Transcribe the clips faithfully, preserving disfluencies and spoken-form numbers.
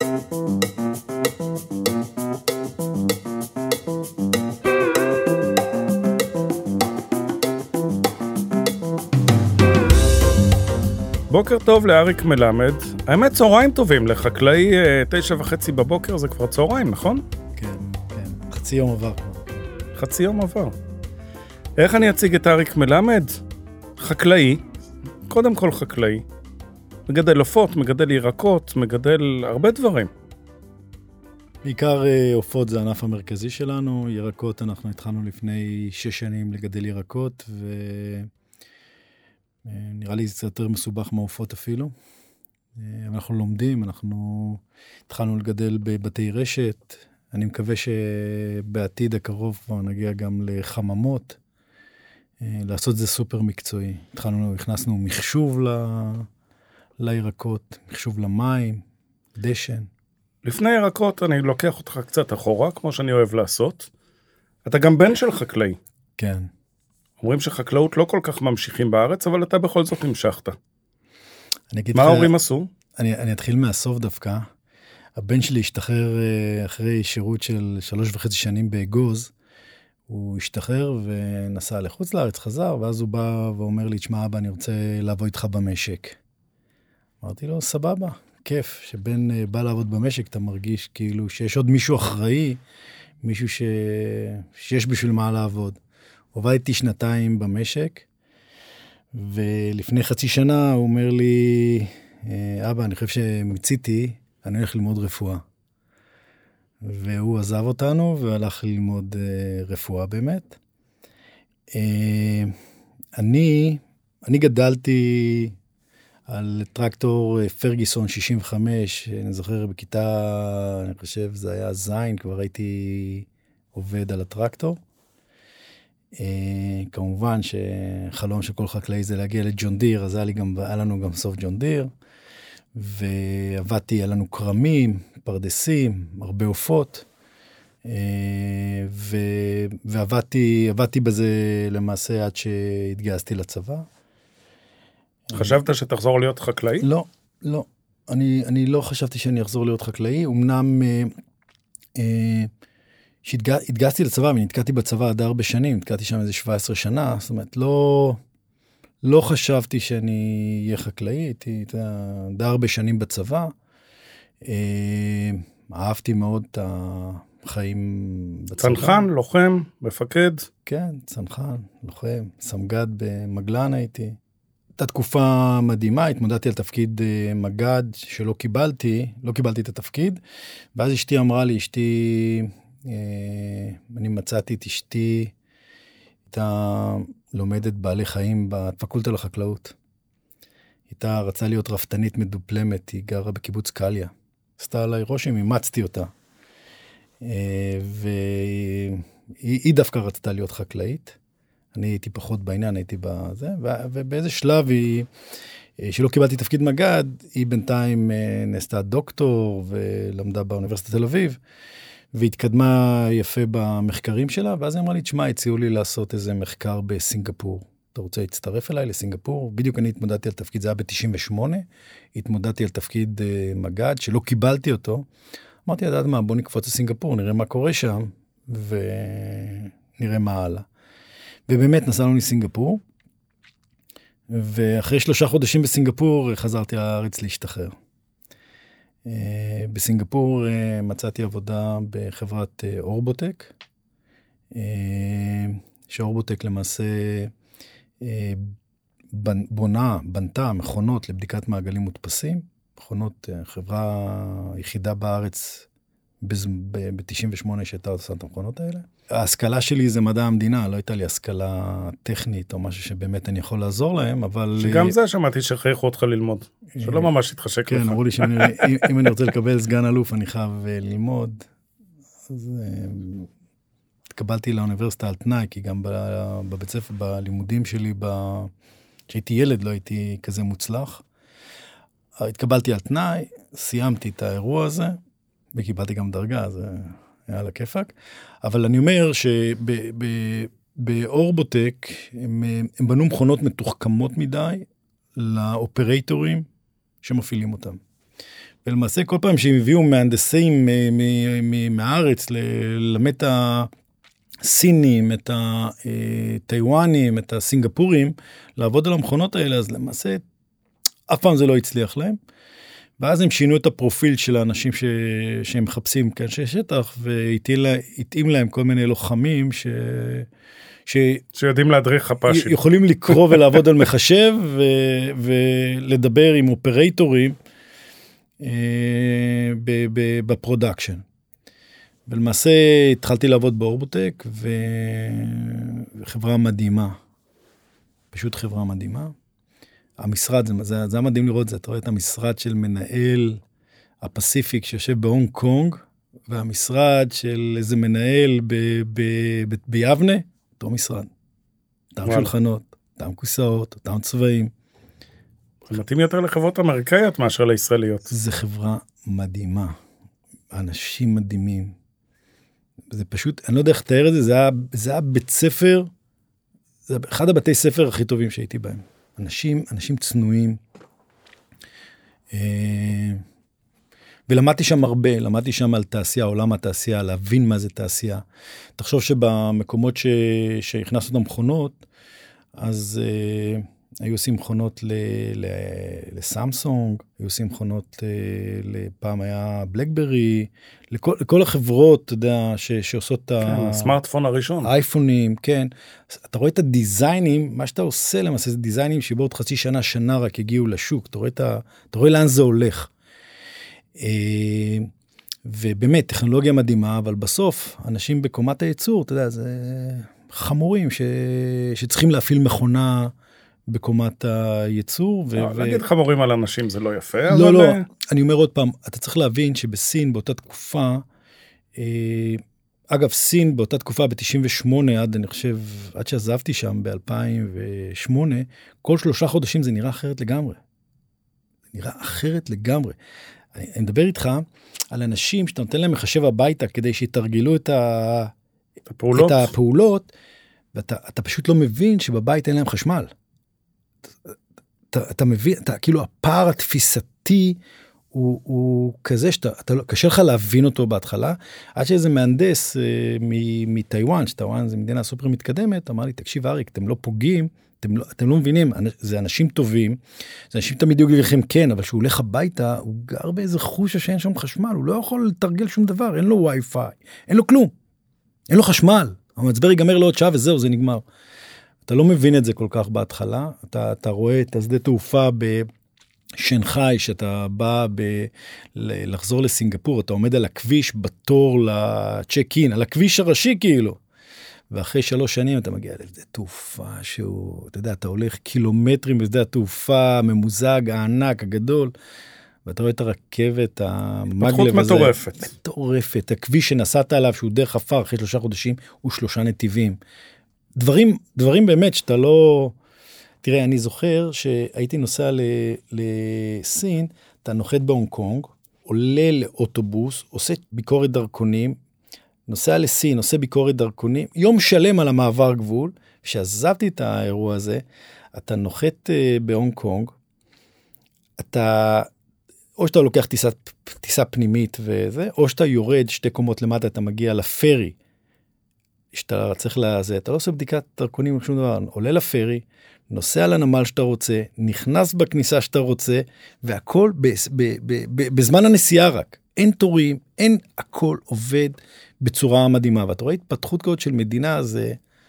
בוקר טוב לאריק מלמד. האמת צהריים טובים, לחקלאי תשע וחצי בבוקר זה כבר צהריים, נכון? כן, כן. חצי יום עבר. חצי יום עבר. איך אני אציג את אריק מלמד? חקלאי, קודם כל חקלאי. מגדל עופות, מגדל ירקות, מגדל הרבה דברים. בעיקר עופות זה הענף המרכזי שלנו, ירקות אנחנו התחלנו לפני שש שנים לגדל ירקות, ו... נראה לי זה יותר מסובך מעופות אפילו. אנחנו לומדים, אנחנו התחלנו לגדל בבתי רשת. אני מקווה שבעתיד הקרוב כבר נגיע גם לחממות. לעשות זה סופר מקצועי. התחלנו, הכנסנו מחשוב ל... לירקות, מחשוב למים, דשן. לפני ירקות אני לוקח אותך קצת אחורה, כמו שאני אוהב לעשות. אתה גם בן של חקלאי. כן. אומרים שחקלאות לא כל כך ממשיכים בארץ, אבל אתה בכל זאת המשכת. מה ההורים עשו? אני, אני אתחיל מהסוף דווקא. הבן שלי השתחרר אחרי שירות של שלוש וחצי שנים באגוז. הוא השתחרר ונסע לחוץ לארץ, חזר, ואז הוא בא ואומר לי, תשמע אבא, אני רוצה לעבוד איתך במשק. אמרתי לו, סבבה, כיף. שבן בא לעבוד במשק, אתה מרגיש כאילו שיש עוד מישהו אחראי, מישהו ש... שיש בשביל מה לעבוד. עובדתי שנתיים במשק, ולפני חצי שנה הוא אומר לי, אבא, אני חושב שמציתי, אני הולך ללמוד רפואה. והוא עזב אותנו, והלך ללמוד רפואה באמת. אני, אני גדלתי על טרקטור פרגיסון שישים וחמש, אני זוכר בכיתה, אני חושב זה היה זין, כבר הייתי עובד על הטרקטור. Uh, כמובן שחלום של כל חקלאי זה להגיע לג'ון דיר, אז היה, לי גם, היה לנו גם סוף ג'ון דיר, ועבדתי, היה לנו קרמים, פרדסים, הרבה עופות, uh, ו, ועבדתי עבדתי בזה למעשה עד שהתגייסתי לצבא. חשבת שתחזור להיות חקלאי? לא, לא. אני, אני לא חשבתי שאני אחזור להיות חקלאי, אמנם... Uh, uh, שהתגייסתי לצבא, ונתקעתי בצבא עד הרבה שנים, נתקעתי שם איזה שבע עשרה שנה, זאת אומרת, לא, לא חשבתי שאני אהיה חקלאי, הייתי די הרבה שנים בצבא, אהבתי מאוד את החיים בצבא. צנחן, לוחם, מפקד? כן, צנחן, לוחם, סמג"ד במגלן הייתי. הייתה תקופה מדהימה, התמודדתי על תפקיד מג"ד שלא קיבלתי, לא קיבלתי את התפקיד, ואז אשתי אמרה לי, אשתי... אני מצאתי את אשתי, הייתה לומדת בעלי חיים בפקולטה לחקלאות. הייתה רצה להיות רפתנית מדופלמת, היא גרה בקיבוץ קליה. עשתה עליי רושם, אימצתי אותה. והיא דווקא רצתה להיות חקלאית. אני הייתי פחות בעניין, הייתי בזה, ובאיזה שלב היא, שלא קיבלתי תפקיד מג"ד, היא בינתיים נעשתה דוקטור ולמדה באוניברסיטת תל אביב. והתקדמה יפה במחקרים שלה, ואז היא אמרה לי, תשמע, הציעו לי לעשות איזה מחקר בסינגפור. אתה רוצה להצטרף אליי לסינגפור? בדיוק אני התמודדתי על תפקיד, זה היה ב-תשעים ושמונה, התמודדתי על תפקיד uh, מג"ד, שלא קיבלתי אותו. אמרתי, ידעת מה, בוא נקפוץ לסינגפור, נראה מה קורה שם, ונראה מה הלאה. ובאמת נסענו לסינגפור, ואחרי שלושה חודשים בסינגפור, חזרתי לארץ להשתחרר. בסינגפור מצאתי עבודה בחברת אורבוטק, שאורבוטק למעשה בונה, בנתה מכונות לבדיקת מעגלים מודפסים, מכונות, חברה יחידה בארץ ב-תשעים ושמונה שהייתה עושה את המכונות האלה. ההשכלה שלי זה מדע המדינה, לא הייתה לי השכלה טכנית או משהו שבאמת אני יכול לעזור להם, אבל... שגם זה שמעתי שחייכו אותך ללמוד, שלא ממש התחשק לך. כן, אמרו לי שאם אני רוצה לקבל סגן אלוף, אני חייב ללמוד. אז התקבלתי לאוניברסיטה על תנאי, כי גם בבית ספר, בלימודים שלי, כשהייתי ילד לא הייתי כזה מוצלח. התקבלתי על תנאי, סיימתי את האירוע הזה, וקיבלתי גם דרגה, זה היה על הכיפק. אבל אני אומר שבאורבוטק הם, הם בנו מכונות מתוחכמות מדי לאופרייטורים שמפעילים אותם. ולמעשה כל פעם שהם הביאו מהנדסים מהארץ ללמד את הסינים, את הטיואנים, את הסינגפורים, לעבוד על המכונות האלה, אז למעשה אף פעם זה לא הצליח להם. ואז הם שינו את הפרופיל של האנשים ש... שהם מחפשים כאנשי שטח, והתאים להם כל מיני לוחמים ש... ש... שיודעים להדריך חפשים. יכולים לקרוא ולעבוד על מחשב, ו... ולדבר עם אופרייטורים אה, בפרודקשן. ולמעשה התחלתי לעבוד באורבוטק, ו... וחברה מדהימה. פשוט חברה מדהימה. המשרד, זה, זה, זה מדהים לראות זה, אתה רואה את המשרד של מנהל הפסיפיק שיושב בהונג קונג, והמשרד של איזה מנהל ב, ב, ב, ביבנה, אותו משרד. אותם שולחנות, אותם כיסאות, אותם צבעים. זה מתאים יותר לחברות אמריקאיות מאשר לישראליות. זה חברה מדהימה. אנשים מדהימים. זה פשוט, אני לא יודע איך לתאר את זה, זה היה, זה היה בית ספר, זה אחד הבתי ספר הכי טובים שהייתי בהם. אנשים, אנשים צנועים. ולמדתי שם הרבה, למדתי שם על תעשייה, עולם התעשייה, להבין מה זה תעשייה. תחשוב שבמקומות ש... שהכנסנו את המכונות, אז uh, היו עושים מכונות ל... ל... לסמסונג, היו עושים מכונות uh, לפעם היה בלקברי, לכל, לכל החברות, אתה יודע, ש... שעושות את כן, ה... הסמארטפון הראשון. האייפונים, כן. אתה רואה את הדיזיינים, מה שאתה עושה למעשה, זה דיזיינים שבעוד חצי שנה, שנה רק הגיעו לשוק, אתה רואה, את ה... אתה רואה לאן זה הולך. ובאמת, טכנולוגיה מדהימה, אבל בסוף, אנשים בקומת הייצור, אתה יודע, זה חמורים ש... שצריכים להפעיל מכונה בקומת הייצור. ו... להגיד חמורים על אנשים זה לא יפה, לא, אבל... לא, אני אומר עוד פעם, אתה צריך להבין שבסין, באותה תקופה, אגב, סין באותה תקופה, ב-תשעים ושמונה, עד, אני חושב, עד שעזבתי שם ב-אלפיים ושמונה, כל שלושה חודשים זה נראה אחרת לגמרי. זה נראה אחרת לגמרי. אני, אני מדבר איתך על אנשים שאתה נותן להם מחשב הביתה כדי שיתרגלו את, ה... את הפעולות, את הפעולות ואתה אתה פשוט לא מבין שבבית אין להם חשמל. אתה, אתה מבין, אתה, כאילו הפער התפיסתי הוא, הוא כזה שאתה, אתה, קשה לך להבין אותו בהתחלה, עד שאיזה מהנדס אה, מטיואן, שטיואן זה מדינה סופר מתקדמת, אמר לי, תקשיב אריק, אתם לא פוגעים, אתם לא, אתם לא מבינים, זה אנשים טובים, זה אנשים תמיד יגידו לכם כן, אבל שהוא הולך הביתה, הוא גר באיזה חושה שאין שם חשמל, הוא לא יכול לתרגל שום דבר, אין לו וי-פיי, אין לו כלום, אין לו חשמל, המצבר ייגמר לעוד שעה וזהו, זה נגמר. אתה לא מבין את זה כל כך בהתחלה, אתה, אתה רואה את השדה תעופה בשנחאי, שאתה בא ב, לחזור לסינגפור, אתה עומד על הכביש בתור לצ'ק אין, על הכביש הראשי כאילו, ואחרי שלוש שנים אתה מגיע לשדה תעופה שהוא, אתה יודע, אתה הולך קילומטרים בשדה התעופה, ממוזג, הענק, הגדול, ואתה רואה את הרכבת, המגלב הזה. מטורפת. מטורפת. הכביש שנסעת עליו, שהוא דרך עפר אחרי שלושה חודשים, הוא שלושה נתיבים. דברים, דברים באמת שאתה לא... תראה, אני זוכר שהייתי נוסע ל... לסין, אתה נוחת בהונג קונג, עולה לאוטובוס, עושה ביקורת דרכונים, נוסע לסין, עושה ביקורת דרכונים, יום שלם על המעבר גבול, כשעזבתי את האירוע הזה, אתה נוחת בהונג קונג, אתה, או שאתה לוקח טיסה, טיסה פנימית וזה, או שאתה יורד שתי קומות למטה, אתה מגיע לפרי, שאתה צריך לזה, אתה לא עושה בדיקת דרכונים, שום דבר, עולה לפרי, נוסע לנמל שאתה רוצה, נכנס בכניסה שאתה רוצה, והכל ב, ב, ב, ב, בזמן הנסיעה רק. אין תורים, אין, הכל עובד בצורה מדהימה. ואתה רואה התפתחות כזאת של מדינה, זה,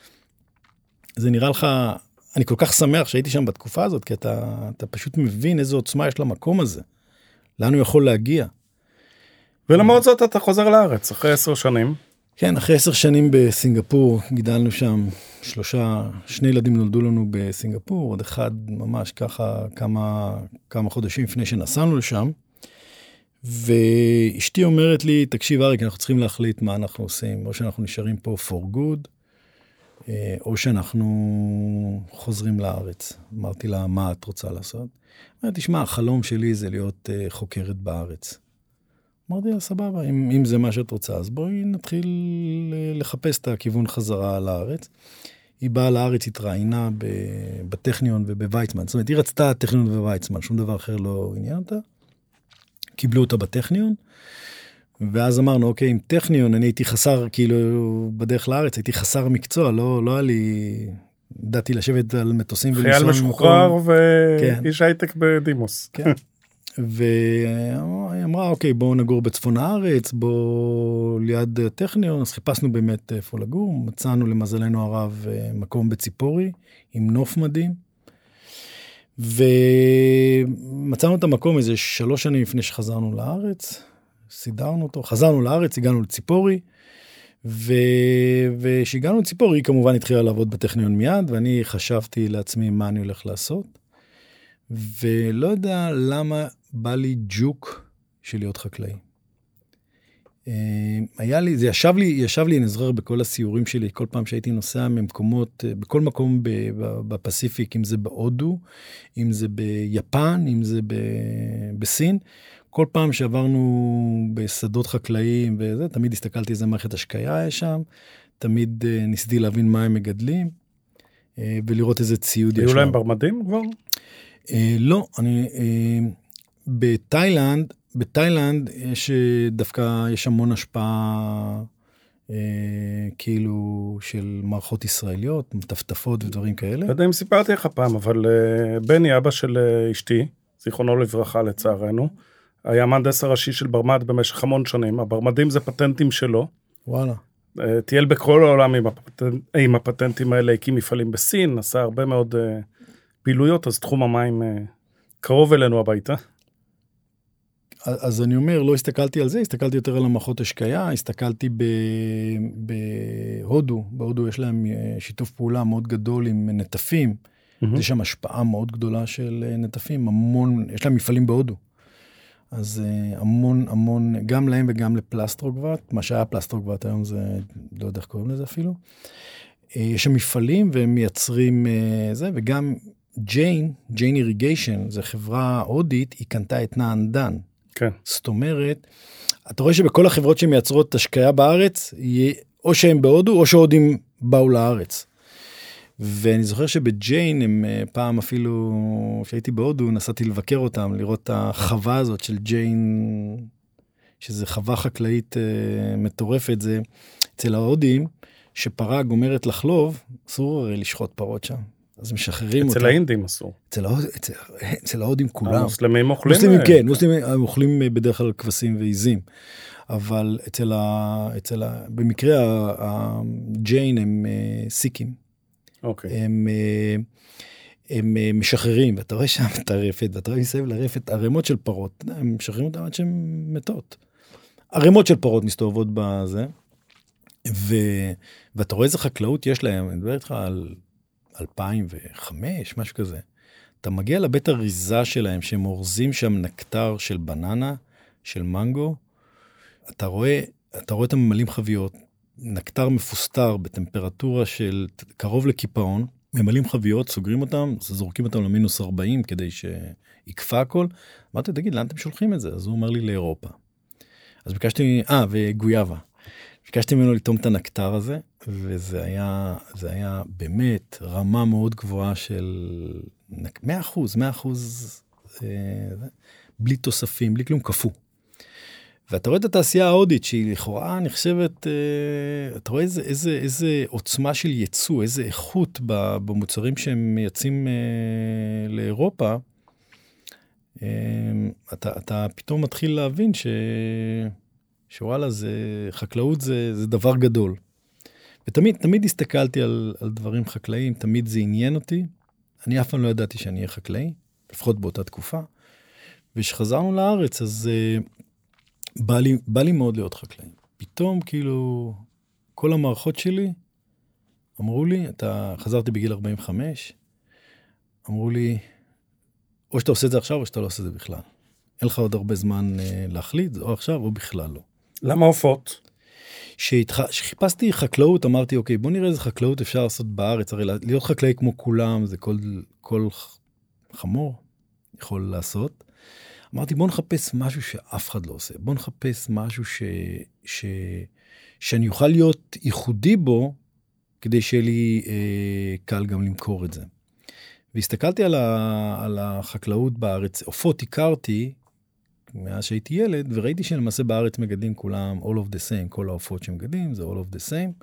זה נראה לך, אני כל כך שמח שהייתי שם בתקופה הזאת, כי אתה, אתה פשוט מבין איזו עוצמה יש למקום הזה. לאן הוא יכול להגיע. ולמרות זאת אתה חוזר לארץ, אחרי עשר שנים. כן, אחרי עשר שנים בסינגפור, גידלנו שם שלושה, שני ילדים נולדו לנו בסינגפור, עוד אחד ממש ככה כמה, כמה חודשים לפני שנסענו לשם, ואשתי אומרת לי, תקשיב אריק, אנחנו צריכים להחליט מה אנחנו עושים, או שאנחנו נשארים פה for good, או שאנחנו חוזרים לארץ. אמרתי לה, מה את רוצה לעשות? אמרתי, תשמע, החלום שלי זה להיות חוקרת בארץ. אמרתי לה, סבבה, אם, אם זה מה שאת רוצה, אז בואי נתחיל לחפש את הכיוון חזרה לארץ. היא באה לארץ, התראיינה בטכניון ובוויצמן. זאת אומרת, היא רצתה טכניון וויצמן, שום דבר אחר לא עניין אותה. קיבלו אותה בטכניון, ואז אמרנו, אוקיי, עם טכניון, אני הייתי חסר, כאילו, בדרך לארץ, הייתי חסר מקצוע, לא, לא היה לי, ידעתי לשבת על מטוסים ולנסוע. חייל משוחרר ואיש הייטק בדימוס. כן. והיא אמרה, אוקיי, בואו נגור בצפון הארץ, בואו ליד טכניון, אז חיפשנו באמת איפה לגור, מצאנו למזלנו הרב מקום בציפורי, עם נוף מדהים, ומצאנו את המקום איזה שלוש שנים לפני שחזרנו לארץ, סידרנו אותו, חזרנו לארץ, הגענו לציפורי, ו... ושהגענו לציפורי, היא כמובן התחילה לעבוד בטכניון מיד, ואני חשבתי לעצמי מה אני הולך לעשות, ולא יודע למה בא לי ג'וק של להיות חקלאי. היה לי, זה ישב לי, ישב לי נזרר בכל הסיורים שלי, כל פעם שהייתי נוסע ממקומות, בכל מקום בפסיפיק, אם זה בהודו, אם זה ביפן, אם זה בסין, כל פעם שעברנו בשדות חקלאיים וזה, תמיד הסתכלתי איזה מערכת השקיה יש שם, תמיד ניסיתי להבין מה הם מגדלים, ולראות איזה ציוד יש להם. היו להם ברמדים כבר? לא, אני, בתאילנד, בתאילנד יש דווקא, יש המון השפעה, כאילו, של מערכות ישראליות, מטפטפות ודברים כאלה. לא יודע אם סיפרתי לך פעם, אבל בני, אבא של אשתי, זיכרונו לברכה לצערנו, היה מהנדס הראשי של ברמד במשך המון שנים. הברמדים זה פטנטים שלו. וואלה. טייל בכל העולם עם, הפטנט, עם הפטנטים האלה, הקים מפעלים בסין, עשה הרבה מאוד uh, פעילויות, אז תחום המים uh, קרוב אלינו הביתה. אז אני אומר, לא הסתכלתי על זה, הסתכלתי יותר על המערכות השקיה, הסתכלתי בהודו, בהודו יש להם שיתוף פעולה מאוד גדול עם נטפים, mm-hmm. יש שם השפעה מאוד גדולה של נטפים, המון, יש להם מפעלים בהודו. אז המון, המון, גם להם וגם לפלסטרוגבט, מה שהיה פלסטרוגבט היום זה, לא יודע איך קוראים לזה אפילו. יש שם מפעלים והם מייצרים זה, וגם ג'יין, ג'יין איריגיישן, זו חברה הודית, היא קנתה את נען דן. כן. זאת אומרת, אתה רואה שבכל החברות שמייצרות השקיה בארץ, או שהם בהודו, או שהודים באו לארץ. ואני זוכר שבג'יין, הם פעם אפילו, כשהייתי בהודו, נסעתי לבקר אותם, לראות את החווה הזאת של ג'יין, שזה חווה חקלאית מטורפת, זה אצל ההודים, שפרה גומרת לחלוב, אסור הרי לשחוט פרות שם. אז משחררים אותה. אצל האינדים אסור. אצל ההודים כולם. המוסלמים אוכלים? מוסלמים כן, מוסלמים אוכלים בדרך כלל כבשים ועיזים. אבל אצל ה... במקרה הג'יין הם סיקים. אוקיי. הם, הם משחררים, ואתה רואה שם את הרפת, ואתה רואה מסביב לרפת, ערימות של פרות, הם משחררים אותם עד שהן מתות. ערימות של פרות מסתובבות בזה, ו... ואתה רואה איזה חקלאות יש להם, אני מדבר איתך על אלפיים וחמש, משהו כזה. אתה מגיע לבית הריזה שלהם, שהם אורזים שם נקטר של בננה, של מנגו, אתה רואה, אתה רואה את הממלאים חביות, נקטר מפוסטר בטמפרטורה של קרוב לקיפאון, ממלאים חביות, סוגרים אותם, זורקים אותם למינוס ארבעים כדי שיקפה הכל. אמרתי, תגיד, לאן אתם שולחים את זה? אז הוא אומר לי לאירופה. אז ביקשתי, אה, וגויאבה. ביקשתי ממנו לטום את הנקטר הזה, וזה היה, זה היה באמת רמה מאוד גבוהה של מאה אחוז, מאה אחוז, אה, בלי תוספים, בלי כלום, קפוא. ואתה רואה את התעשייה ההודית, שהיא לכאורה נחשבת, אה, אתה רואה איזה, איזה, איזה עוצמה של ייצוא, איזה איכות במוצרים שהם מייצאים אה, לאירופה, אה, אתה, אתה פתאום מתחיל להבין ש... שוואלה, זה, חקלאות זה, זה דבר גדול. ותמיד, תמיד הסתכלתי על, על דברים חקלאיים, תמיד זה עניין אותי. אני אף פעם לא ידעתי שאני אהיה חקלאי, לפחות באותה תקופה. ושחזרנו לארץ, אז uh, בא לי, בא לי מאוד להיות חקלאי. פתאום, כאילו, כל המערכות שלי אמרו לי, אתה חזרתי בגיל ארבעים וחמש, אמרו לי, או שאתה עושה את זה עכשיו, או שאתה לא עושה את זה בכלל. אין לך עוד הרבה זמן uh, להחליט, או עכשיו, או בכלל לא. למה עופות? שחיפשתי חקלאות, אמרתי, אוקיי, בוא נראה איזה חקלאות אפשר לעשות בארץ, הרי להיות חקלאי כמו כולם, זה כל, כל חמור יכול לעשות. אמרתי, בוא נחפש משהו שאף אחד לא עושה, בוא נחפש משהו ש, ש, שאני אוכל להיות ייחודי בו, כדי שיהיה לי אה, קל גם למכור את זה. והסתכלתי על, ה, על החקלאות בארץ, עופות הכרתי, מאז שהייתי ילד, וראיתי שלמעשה בארץ מגדלים כולם all of the same, כל העופות שמגדלים, זה all of the same.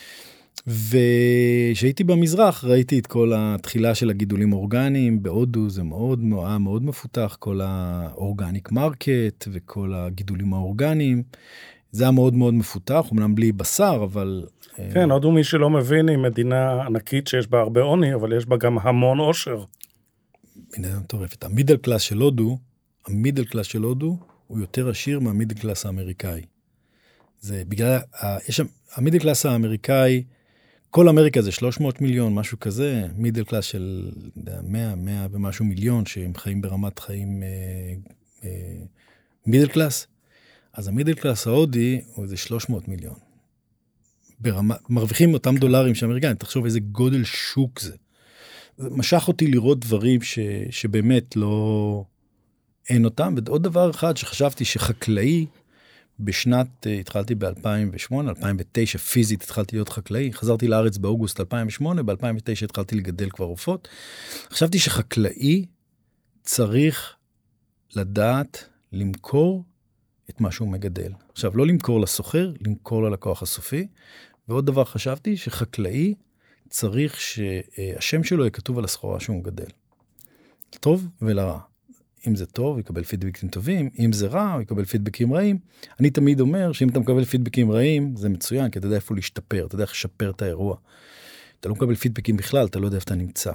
וכשהייתי במזרח, ראיתי את כל התחילה של הגידולים אורגניים, בהודו זה מאוד מאוד, מאוד מפותח, כל האורגניק מרקט, וכל הגידולים האורגניים, זה היה מאוד מאוד מפותח, אומנם בלי בשר, אבל... כן, הודו מי שלא מבין, היא מדינה ענקית שיש בה הרבה עוני, אבל יש בה גם המון עושר. מדינה מטורפת. המידל קלאס של הודו, המידל קלאס של הודו, הוא יותר עשיר מהמידל קלאס האמריקאי. זה בגלל, יש שם, המידל קלאס האמריקאי, כל אמריקה זה שלוש מאות מיליון, משהו כזה, מידל קלאס של מאה, מאה ומשהו מיליון, שהם חיים ברמת חיים אה, אה, מידל קלאס. אז המידל קלאס ההודי הוא איזה שלוש מאות מיליון. ברמה, מרוויחים אותם דולרים שאמריקאים, תחשוב איזה גודל שוק זה. זה משך אותי לראות דברים ש, שבאמת לא, אין אותם. ועוד דבר אחד שחשבתי שחקלאי, בשנת, התחלתי ב-אלפיים ושמונה, אלפיים ותשע, פיזית התחלתי להיות חקלאי, חזרתי לארץ באוגוסט אלפיים ושמונה, ב-אלפיים ותשע התחלתי לגדל כבר עופות. חשבתי שחקלאי צריך לדעת למכור את מה שהוא מגדל. עכשיו, לא למכור לסוחר, למכור ללקוח הסופי. ועוד דבר חשבתי, שחקלאי צריך שהשם שלו יהיה כתוב על הסחורה שהוא מגדל. טוב ולרע. אם זה טוב, יקבל פידבקים טובים, אם זה רע, יקבל פידבקים רעים. אני תמיד אומר שאם אתה מקבל פידבקים רעים, זה מצוין, כי אתה יודע איפה להשתפר, אתה יודע איך לשפר את האירוע. אתה לא מקבל פידבקים בכלל, אתה לא יודע איפה אתה נמצא.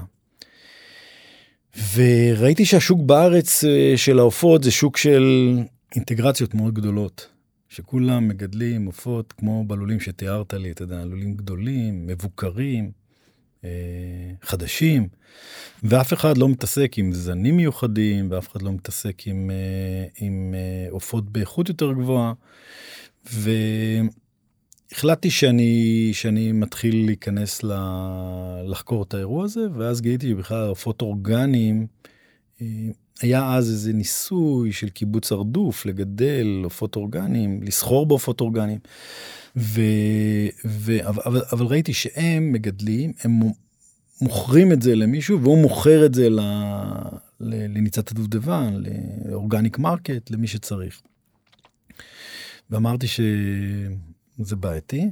וראיתי שהשוק בארץ של העופות זה שוק של אינטגרציות מאוד גדולות, שכולם מגדלים עופות כמו בלולים שתיארת לי, אתה יודע, לולים גדולים, מבוקרים, חדשים, ואף אחד לא מתעסק עם זנים מיוחדים, ואף אחד לא מתעסק עם, עם עופות באיכות יותר גבוהה, והחלטתי שאני, שאני מתחיל להיכנס ל, לחקור את האירוע הזה, ואז גיליתי שבכלל עופות אורגניים, היה אז איזה ניסוי של קיבוץ הרדוף, לגדל עופות אורגניים, לסחור בעופות אורגניים, ו, ו, אבל, אבל ראיתי שהם מגדלים, הם מוכרים את זה למישהו, והוא מוכר את זה ל, ל, לניצת הדובדבן, לאורגניק מרקט, למי שצריך. ואמרתי שזה בעייתי,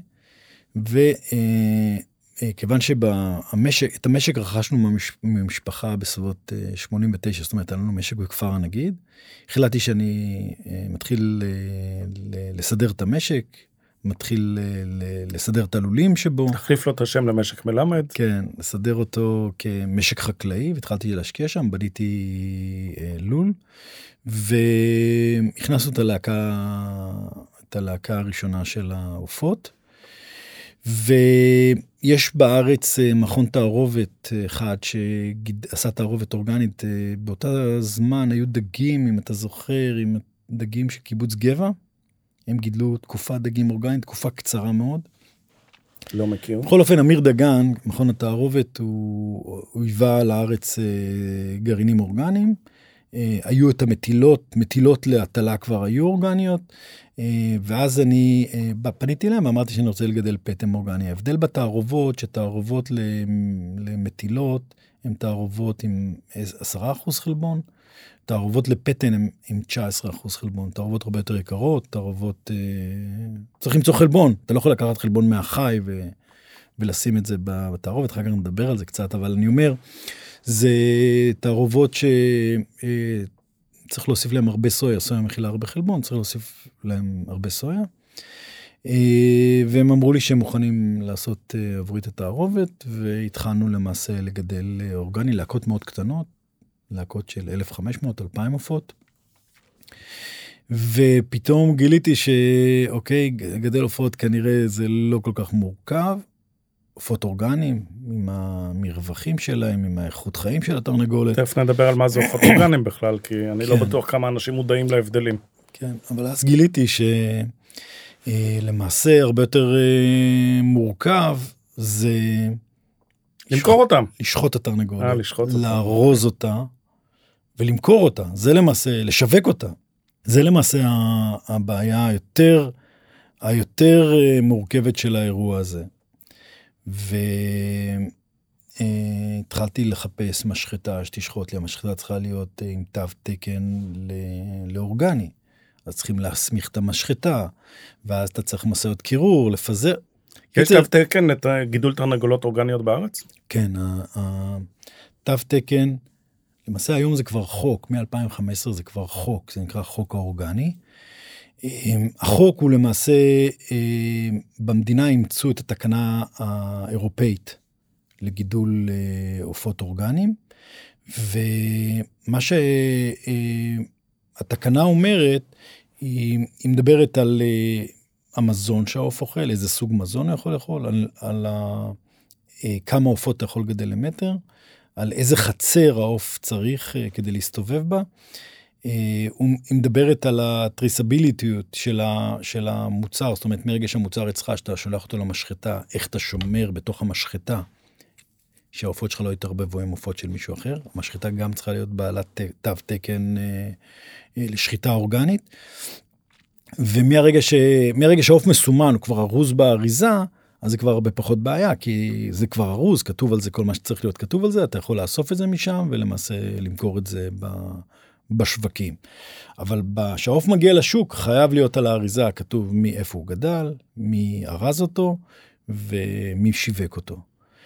וכיוון שבמשק, את המשק רכשנו ממשפחה בסביבות שמונים ותשע, זאת אומרת, היה לנו משק בכפר הנגיד, החלטתי שאני מתחיל לסדר את המשק, מתחיל לסדר את הלולים שבו. תחליף לו את השם למשק מלמד. כן, לסדר אותו כמשק חקלאי, והתחלתי להשקיע שם, בניתי לול, והכנסנו את הלהקה, את הלהקה הראשונה של העופות, ויש בארץ מכון תערובת אחד שעשה תערובת אורגנית, באותה זמן היו דגים, אם אתה זוכר, עם דגים של קיבוץ גבע, הם גידלו תקופת דגים אורגנית, תקופה קצרה מאוד. לא מכיר. בכל אופן, אמיר דגן, מכון התערובת, הוא, הוא היווה לארץ גרעינים אורגניים, היו את המטילות, מטילות להטלה כבר היו אורגניות, ואז אני פניתי להם, אמרתי שאני רוצה לגדל פטם אורגני. ההבדל בתערובות, שתערובות למטילות, הן תערובות עם עשרה אחוז חלבון, תערובות לפטן הן עם תשעה עשר אחוז חלבון, תערובות הרבה יותר יקרות, תערובות, צריך למצוא חלבון, אתה לא יכול לקחת חלבון מהחי ו, ולשים את זה בתערובת, אחר כך נדבר על זה קצת, אבל אני אומר, זה תערובות שצריך להוסיף להם הרבה סויה, סויה מכילה הרבה חלבון, צריך להוסיף להם הרבה סויה, והם אמרו לי שהם מוכנים לעשות עבורי את התערובת, והתחלנו למעשה לגדל אורגני, להקות מאוד קטנות, להקות של אלף וחמש מאות עד אלפיים עופות, ופתאום גיליתי שאוקיי, גדל עופות כנראה זה לא כל כך מורכב, עופות אורגניים, עם המרווחים שלהם, עם האיכות חיים של התרנגולת. תכף נדבר על מה זה עופות אורגניים בכלל, כי אני לא בטוח כמה אנשים מודעים להבדלים. כן, אבל אז גיליתי שלמעשה הרבה יותר מורכב, זה למכור אותם. לשחוט את התרנגולת, אה, לשחוט אותה. לארוז אותה, ולמכור אותה. זה למעשה, לשווק אותה. זה למעשה הבעיה היותר, היותר מורכבת של האירוע הזה. התחלתי לחפש משחטה שתשחוט לי, המשחטה צריכה להיות עם תו תקן לאורגני, אז צריכים להסמיך את המשחטה, ואז אתה צריך מסעות קירור, לפזר. יש תו תקן את גידול תרנגולות אורגניות בארץ? כן, התו תקן, למעשה היום זה כבר חוק, מ-אלפיים וחמש עשרה זה כבר חוק, זה נקרא חוק האורגני. החוק הוא למעשה, במדינה אימצו את התקנה האירופאית לגידול עופות אורגניים, ומה שהתקנה אומרת, היא, היא מדברת על המזון שהעוף אוכל, איזה סוג מזון הוא יכול לאכול, על, על ה, כמה עופות אתה יכול לגדל למטר, על איזה חצר העוף צריך כדי להסתובב בה, היא מדברת על הטריסביליטיות של, ה, של המוצר, זאת אומרת מרגע שהמוצר אצלך, שאתה שולח אותו למשחטה, איך אתה שומר בתוך המשחטה, שהעופות שלך לא יתערבבו עם עופות של מישהו אחר, המשחטה גם צריכה להיות בעלת תו תקן אה, אה, לשחיטה אורגנית, ומהרגע ש... מהרגע שהעוף מסומן, הוא כבר ארוז באריזה, אז זה כבר הרבה פחות בעיה, כי זה כבר ארוז, כתוב על זה כל מה שצריך להיות כתוב על זה, אתה יכול לאסוף את זה משם, ולמעשה למכור את זה ב... בשווקים. אבל כשהעוף מגיע לשוק, חייב להיות על האריזה, כתוב מאיפה הוא גדל, מי ארז אותו, ומי שיווק אותו.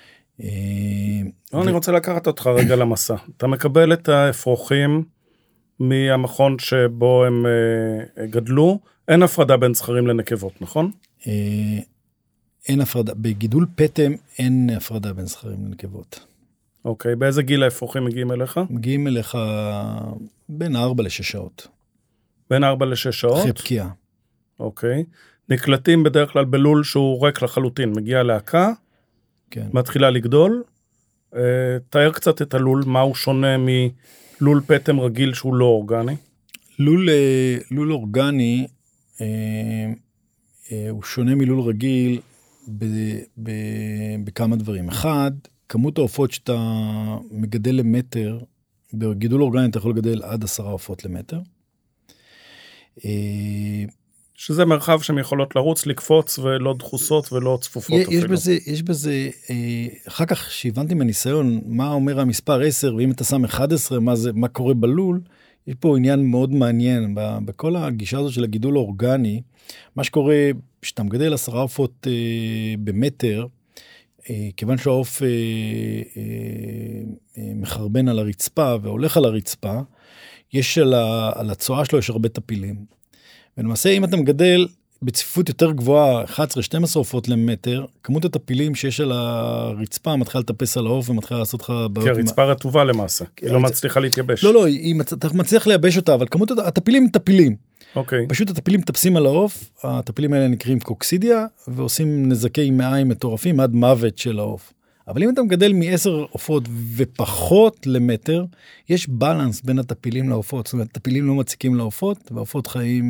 אני רוצה לקחת אותך רגע למסע. אתה מקבל את האפרוחים מהמכון שבו הם גדלו, אין הפרדה בין זכרים לנקבות, נכון? אין הפרדה, בגידול פטם אין הפרדה בין זכרים לנקבות. אוקיי, באיזה גיל האפרוחים מגיעים אליך? מגיעים אליך בין ארבע לשש שעות. בין ארבע לשש שעות? אחרי פקיעה. אוקיי. נקלטים בדרך כלל בלול שהוא ריק לחלוטין, מגיע להקה, כן. מתחילה לגדול, תאר קצת את הלול, מה הוא שונה מלול פטם רגיל שהוא לא אורגני? לול, לול אורגני, הוא שונה מלול רגיל ב, ב, בכמה דברים. אחד, כמות העופות שאתה מגדל למטר, בגידול אורגני אתה יכול לגדל עד עשרה עופות למטר. שזה מרחב שהן יכולות לרוץ, לקפוץ, ולא דחוסות ולא צפופות יש אפילו. בזה, יש בזה, אחר כך שהבנתי מניסיון, מה אומר המספר עשר, ואם אתה שם אחת עשרה, מה, זה, מה קורה בלול, יש פה עניין מאוד מעניין, בכל הגישה הזאת של הגידול האורגני, מה שקורה, שאתה מגדל עשרה עופות במטר, כיוון שהעוף מחרבן על הרצפה, והולך על הרצפה, יש על הצועה שלו, יש הרבה טפילים. ולמעשה, אם אתה מגדל בצפיפות יותר גבוהה, אחת עשרה שתים עשרה עופות למטר, כמות הטפילים שיש על הרצפה מתחילה לטפס על העוף ומתחילה לעשות לך... כי הרצפה רטובה למעשה, היא לא מצליחה להתייבש. לא, לא, אתה מצליח לייבש אותה, אבל כמות הטפילים הם טפילים. אוקיי. פשוט הטפילים מטפסים על העוף, הטפילים האלה נקראים קוקסידיה, ועושים נזקי מעיים מטורפים עד מוות של העוף. אבל אם אתה מגדל מ-עשר עופות ופחות למטר, יש בלנס בין הטפילים לעופות. זאת אומרת, הטפילים לא מציקים לעופות, והעופות חיים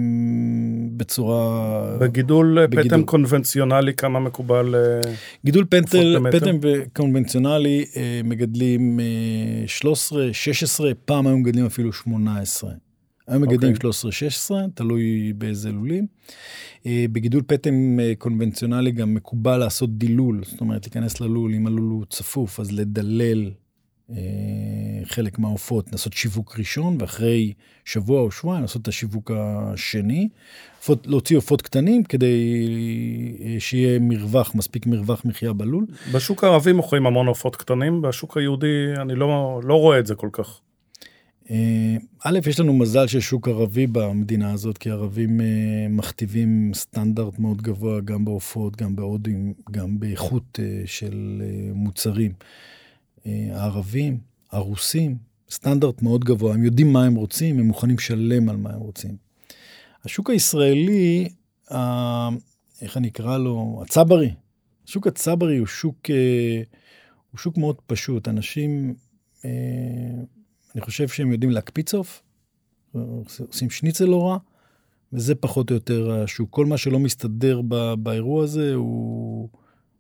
בצורה... בגידול פטם קונבנציונלי, כמה מקובל... גידול פטם קונבנציונלי מגדלים שלוש עשרה, שש עשרה, פעם היום מגדלים אפילו שמונה עשרה. היום מגדלים שלוש עשרה שש עשרה, תלוי באיזה לולים. בגידול פטם קונבנציונלי גם מקובל לעשות דילול, זאת אומרת, להיכנס ללול, אם הלול הוא צפוף, אז לדלל חלק מהעופות, לעשות שיווק ראשון, ואחרי שבוע או שבועיים לעשות את השיווק השני, להוציא עופות קטנים, כדי שיהיה מרווח, מספיק מרווח מחיה בלול. בשוק הערבי מוכרים המון עופות קטנים, בשוק היהודי אני לא, לא רואה את זה כל כך. א', יש לנו מזל שיש שוק ערבי במדינה הזאת, כי ערבים מכתיבים סטנדרט מאוד גבוה, גם בעופות, גם בעודים, גם באיכות של מוצרים. הערבים, הרוסים, סטנדרט מאוד גבוה, הם יודעים מה הם רוצים, הם מוכנים לשלם על מה הם רוצים. השוק הישראלי, איך אני אקרא לו, הצברי. השוק הצברי הוא שוק, הוא שוק מאוד פשוט. אנשים... אני חושב שהם יודעים להקפיץ עוף, עושים שניצל לא רע, וזה פחות או יותר השוק. כל מה שלא מסתדר באירוע הזה, הוא,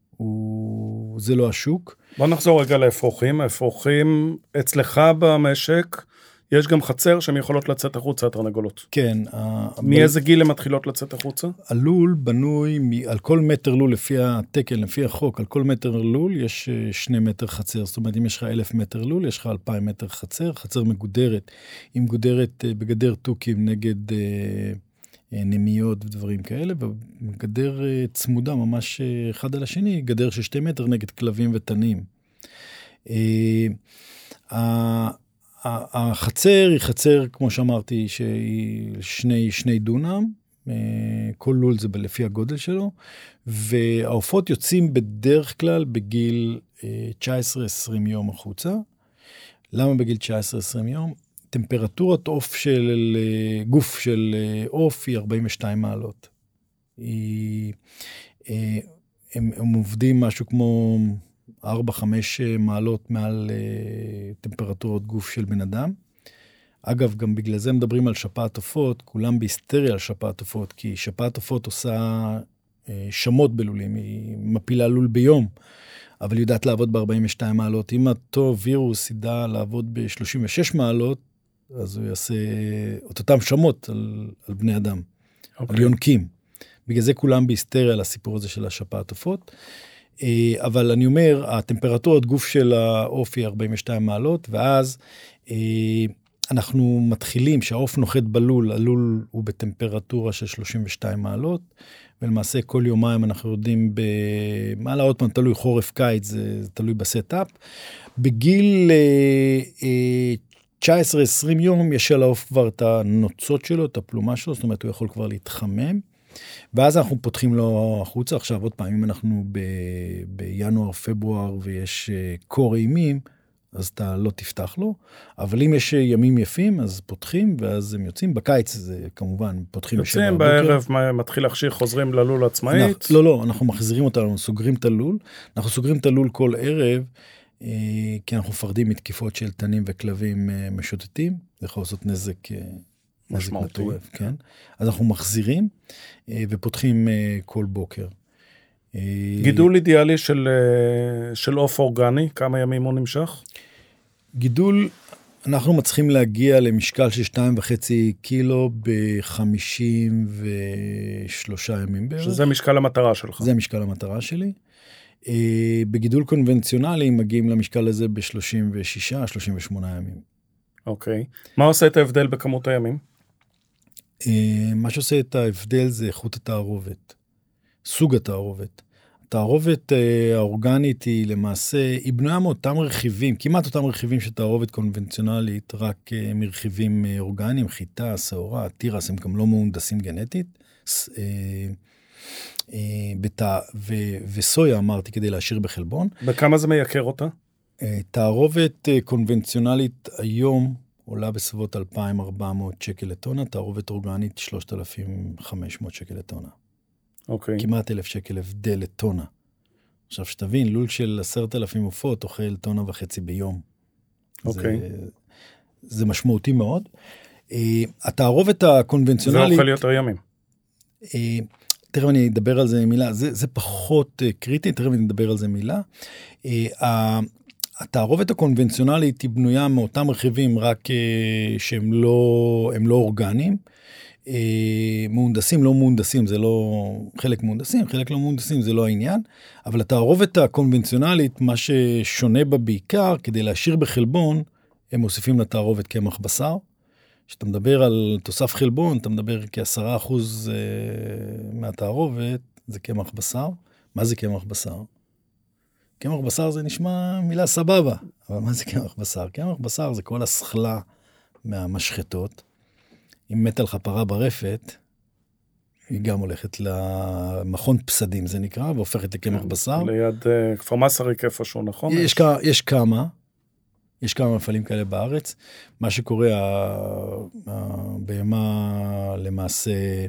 הוא, זה לא השוק. בוא נחזור רגע לאפרוחים. האפרוחים אצלך במשק, יש גם חצר שהן יכולות לצאת החוצה, התרנגולות. כן. מאיזה גיל הן מתחילות לצאת החוצה? הלול בנוי, על כל מטר לול לפי התקן, לפי החוק, על כל מטר לול יש שני מטר חצר. זאת אומרת, אם יש לך אלף מטר לול, יש לך אלפיים מטר חצר, חצר מגודרת, היא מגודרת בגדר טוקים נגד נמיות ודברים כאלה, וגדר צמודה ממש אחד על השני, גדר של שתי מטר נגד כלבים ותנים. החצר היא חצר, כמו שאמרתי, שהיא שני, שני דונם, כל לול זה לפי הגודל שלו, והעופות יוצאים בדרך כלל בגיל תשע עשרה עשרים יום החוצה. למה בגיל תשע עשרה עשרים יום? טמפרטורת עוף של גוף של עוף היא ארבעים ושתיים מעלות. היא, הם, הם עובדים משהו כמו ארבע חמש מעלות מעל טמפרטורות גוף של בן אדם. אגב, גם בגלל זה מדברים על שפעת עופות, כולם בהיסטריה על שפעת עופות, כי שפעת עופות עושה שמות בלולים, היא מפילה לול ביום, אבל היא יודעת לעבוד ב-ארבעים ושתיים מעלות. אם אותו וירוס ידע לעבוד ב-שלושים ושש מעלות, אז הוא יעשה את אותם שמות על, על בני אדם, okay. על יונקים. בגלל זה כולם בהיסטריה על הסיפור הזה של השפעת עופות. אבל אני אומר, הטמפרטורת גוף של העוף היא ארבעים ושתיים מעלות, ואז אנחנו מתחילים, שהעוף נוחת בלול, הלול הוא בטמפרטורה של שלושים ושתיים מעלות, ולמעשה כל יומיים אנחנו יודעים, במעלה עוד פעם תלוי חורף קיץ, זה, זה תלוי בסט-אפ, בגיל תשע עשרה עשרים יום יש על העוף כבר את הנוצות שלו, את הפלומה שלו, זאת אומרת הוא יכול כבר להתחמם, ואז אנחנו פותחים לו החוצה. עכשיו עוד פעם, אם אנחנו ב, בינואר, פברואר ויש קור אימים, אז אתה לא תפתח לו, אבל אם יש ימים יפים, אז פותחים, ואז הם יוצאים. בקיץ זה כמובן, פותחים בשבע יוצאים בערב, מתחיל להכשיר, חוזרים ללול עצמאית? לא, לא, אנחנו מחזירים אותנו, סוגרים את הלול, אנחנו סוגרים את הלול כל ערב, כי אנחנו מפחדים מתקיפות של תנים וכלבים משוטטים, זה יכול לעשות נזק משמעותי. כן? אז אנחנו מחזירים, ופותחים כל בוקר. גידול אידיאלי של, של עוף אורגני, כמה ימים הוא נמשך? גידול, אנחנו מצליחים להגיע למשקל של שתיים וחצי קילו ב-חמישים ושלושה ימים בערך. שזה משקל המטרה שלך. זה משקל המטרה שלי. בגידול קונבנציונלי מגיעים למשקל הזה ב-שלושים ושישה עד שלושים ושמונה ימים. אוקיי. מה עושה את ההבדל בכמות הימים? מה שעושה את ההבדל זה איכות התערובת. סוג התערובת. התערובת האורגנית היא למעשה, היא בנויה מאותם רכיבים, כמעט אותם רכיבים של תערובת קונבנציונלית, רק מרכיבים אורגניים, חיטה, שעורה, תירס, הם גם לא מהונדסים גנטית, וסויה אמרתי כדי להשאיר בחלבון. בכמה זה מייקר אותה? תערובת קונבנציונלית היום עולה בסביבות אלפיים וארבע מאות שקל לטונה, תערובת אורגנית שלושת אלפים וחמש מאות שקל לטונה. אוקיי. כמעט אלף שקל הבדל לטונה. עכשיו שתבין, לול של עשרת אלפים עופות אוכל טונה וחצי ביום. אוקיי. זה, זה משמעותי מאוד. התערובת הקונבנציונלית... זה אוכל יותר ימים. תכף אני אדבר על זה מילה, זה, זה פחות קריטי, תכף אני אדבר על זה מילה. התערובת הקונבנציונלית היא בנויה מאותם רכיבים, רק שהם לא, הם לא אורגניים. מהונדסים, לא מהונדסים, זה לא, חלק מהונדסים, חלק לא מהונדסים, זה לא העניין, אבל התערובת הקונבנציונלית, מה ששונה בה בעיקר, כדי להשאיר בחלבון, הם מוסיפים לתערובת קמח בשר. כשאתה מדבר על תוסף חלבון, אתה מדבר כעשרה אחוז מהתערובת, זה קמח בשר. מה זה קמח בשר? קמח בשר זה נשמע מילה סבבה, אבל מה זה קמח בשר? קמח בשר זה כל השכלה מהמשחטות, אם מתה לך פרה ברפת, היא גם הולכת למכון פסדים, זה נקרא, והופכת לקמח בשר. ליד כפר מסריק איפשהו, נכון? יש, יש כמה, יש כמה מפעלים כאלה בארץ. מה שקורה, הבהמה למעשה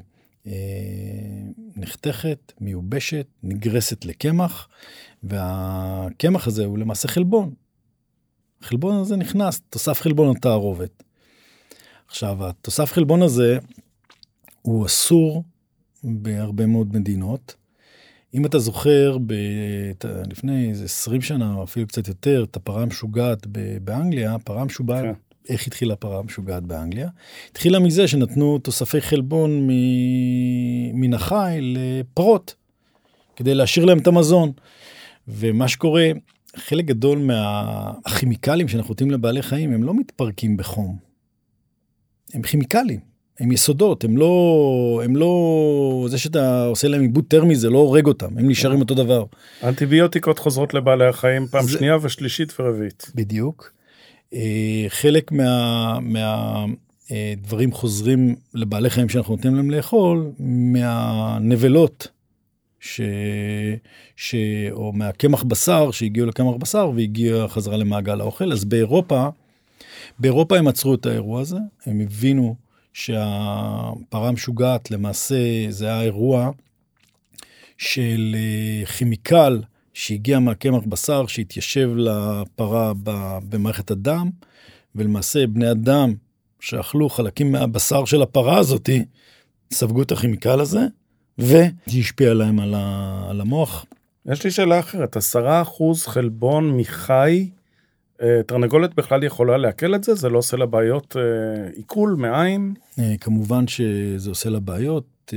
נחתכת, מיובשת, נגרסת לקמח, והקמח הזה הוא למעשה חלבון. החלבון הזה נכנס, תוסף חלבון לתערובת. עכשיו, התוסף חלבון הזה הוא אסור בהרבה מאוד מדינות. אם אתה זוכר, ב... לפני איזה עשרים שנה, או אפילו קצת יותר, את הפרה המשוגעת באנגליה, הפרה המשוגעת, איך התחילה הפרה המשוגעת באנגליה? התחילה מזה שנתנו תוספי חלבון מן החי לפרות, כדי להשאיר להם את המזון. ומה שקורה, חלק גדול מהכימיקלים שאנחנו נותנים לבעלי חיים, הם לא מתפרקים בחום. הם כימיקלים, הם יסודות, הם לא, הם לא, זה שאתה עושה להם עיבוד טרמי, זה לא הורג אותם, הם נשארים אותו דבר. אנטיביוטיקות חוזרות לבעלי החיים פעם זה... שנייה ושלישית ורביעית. בדיוק. חלק מה, מהדברים חוזרים לבעלי חיים שאנחנו נותנים להם לאכול, מהנבלות, ש... ש... או מהקמח בשר, שהגיעו לקמח בשר, והגיע חזרה למעגל האוכל. אז באירופה, באירופה הם עצרו את האירוע הזה, הם הבינו שהפרה המשוגעת, למעשה זה היה אירוע של כימיקל, שהגיע מהקמח בשר, שהתיישב לפרה במערכת הדם, ולמעשה בני אדם שאכלו חלקים מהבשר של הפרה הזאת, ספגו את הכימיקל הזה, והשפיע עליהם על, ה, על המוח. יש לי שאלה אחרת, עשרה אחוז חלבון מחי, תרנגולת בכלל יכולה להקל את זה? זה לא עושה לה בעיות עיכול, מעיים? כמובן שזה עושה לה בעיות.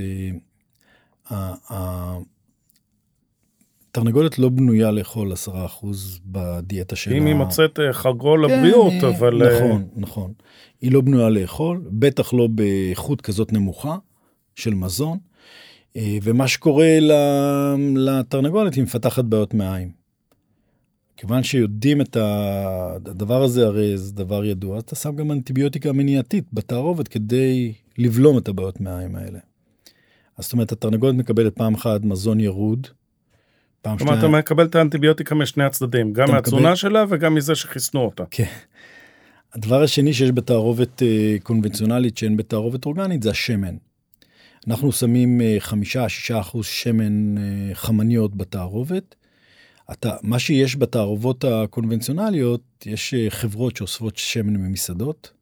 תרנגולת לא בנויה לאכול עשרה אחוז בדיאטה שלה. אם היא מוצאת חרגול לבריאות, אבל... נכון, נכון. היא לא בנויה לאכול, בטח לא באיכות כזאת נמוכה של מזון, ומה שקורה לתרנגולת היא מפתחת בעיות מעיים. כיוון שיודעים את הדבר הזה, הרי זה דבר ידוע, אז אתה שם גם אנטיביוטיקה מניעתית בתערובת כדי לבלום את הבעיות מעיים האלה. אז זאת אומרת, התרנגולת מקבלת פעם אחת מזון ירוד, פעם שנייה... אתה מקבל את האנטיביוטיקה משני הצדדים, גם מהתזונה שלה וגם מזה שחיסנו אותה. כן. הדבר השני שיש בתערובת קונבנציונלית, שאין בתערובת אורגנית, זה השמן. אנחנו שמים חמישה, שישה אחוז שמן חמניות בתערובת. אתה, מה שיש בתערובות הקונבנציונליות, יש חברות שאוספות שמן ממסעדות.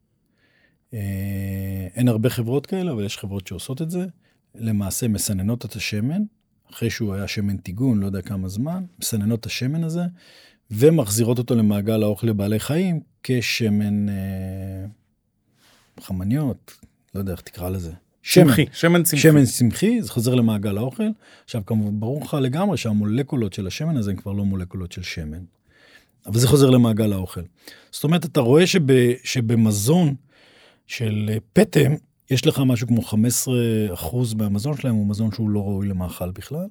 אין הרבה חברות כאלה, אבל יש חברות שעושות את זה. למעשה מסננות את השמן, אחרי שהוא היה שמן טיגון, לא יודע כמה זמן, מסננות את השמן הזה, ומחזירות אותו למעגל האוכל לבעלי חיים, כשמן אה, חמניות, לא יודע איך תקרא לזה. צמחי, שמן צמחי. שמן צמחי, זה חוזר למעגל האוכל. עכשיו, כמובן, ברור לך לגמרי שהמולקולות של השמן הזה, הן כבר לא מולקולות של שמן. אבל זה חוזר למעגל האוכל. זאת אומרת, אתה רואה שב, שבמזון של פטם, יש לך משהו כמו חמישה עשר אחוז מהמזון שלהם, הוא מזון שהוא לא ראוי למאכל בכלל.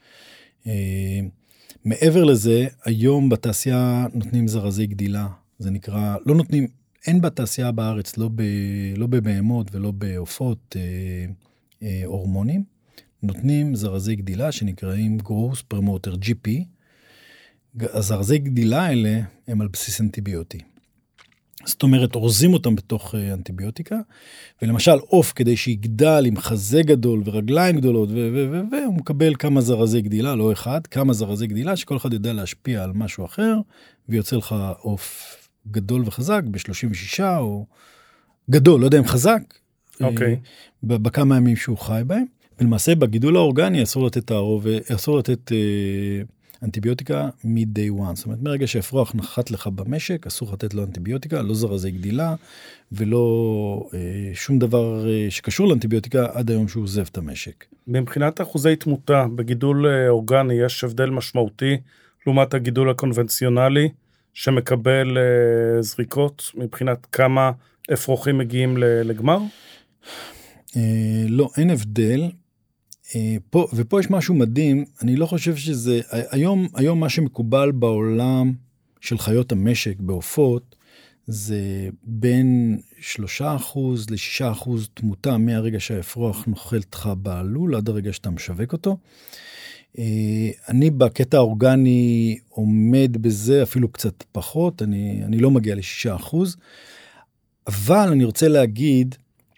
מעבר לזה, היום בתעשייה נותנים זרזי גדילה. זה נקרא, לא נותנים, אין בתעשייה בארץ, לא, ב, לא בבהמות ולא בעופות אה, אה, הורמונים, נותנים זרזי גדילה שנקראים Growth Promoter ג'י פי. הזרזי גדילה האלה הם על בסיס אנטיביוטי. זאת אומרת, אורזים אותם בתוך אה, אנטיביוטיקה, ולמשל עוף כדי שיגדל עם חזה גדול ורגליים גדולות, והוא מקבל כמה זרזי גדילה, לא אחד, כמה זרזי גדילה, שכל אחד יודע להשפיע על משהו אחר, ויוצא לך עוף גדול וחזק, ב-שלושים ושש, או גדול, לא יודע אם חזק, אוקיי. בכמה ימים שהוא חי בהם. ולמעשה, בגידול האורגני אסור לתת תערוב, אסור לתת אה, אנטיביוטיקה מ-day one. זאת אומרת, מרגע שהפרוח נחת לך במשק, אסור לתת לו אנטיביוטיקה, לא זרזי גדילה, ולא אה, שום דבר אה, שקשור לאנטיביוטיקה עד היום שהוא עוזב את המשק. מבחינת אחוזי תמותה, בגידול אה, אורגני יש הבדל משמעותי, לעומת הגידול הקונבנציונלי, שמקבל uh, זריקות מבחינת כמה אפרוחים מגיעים לגמר? Uh, לא, אין הבדל. Uh, פה, ופה יש משהו מדהים, אני לא חושב שזה, היום, היום מה שמקובל בעולם של חיות המשק בעופות, זה בין שלושה אחוז לשישה אחוז תמותה מהרגע שהאפרוח נוחל לך בעלול, עד הרגע שאתה משווק אותו. אני בקטע האורגני עומד בזה אפילו קצת פחות, אני, אני לא מגיע לשישה אחוז, אבל אני רוצה להגיד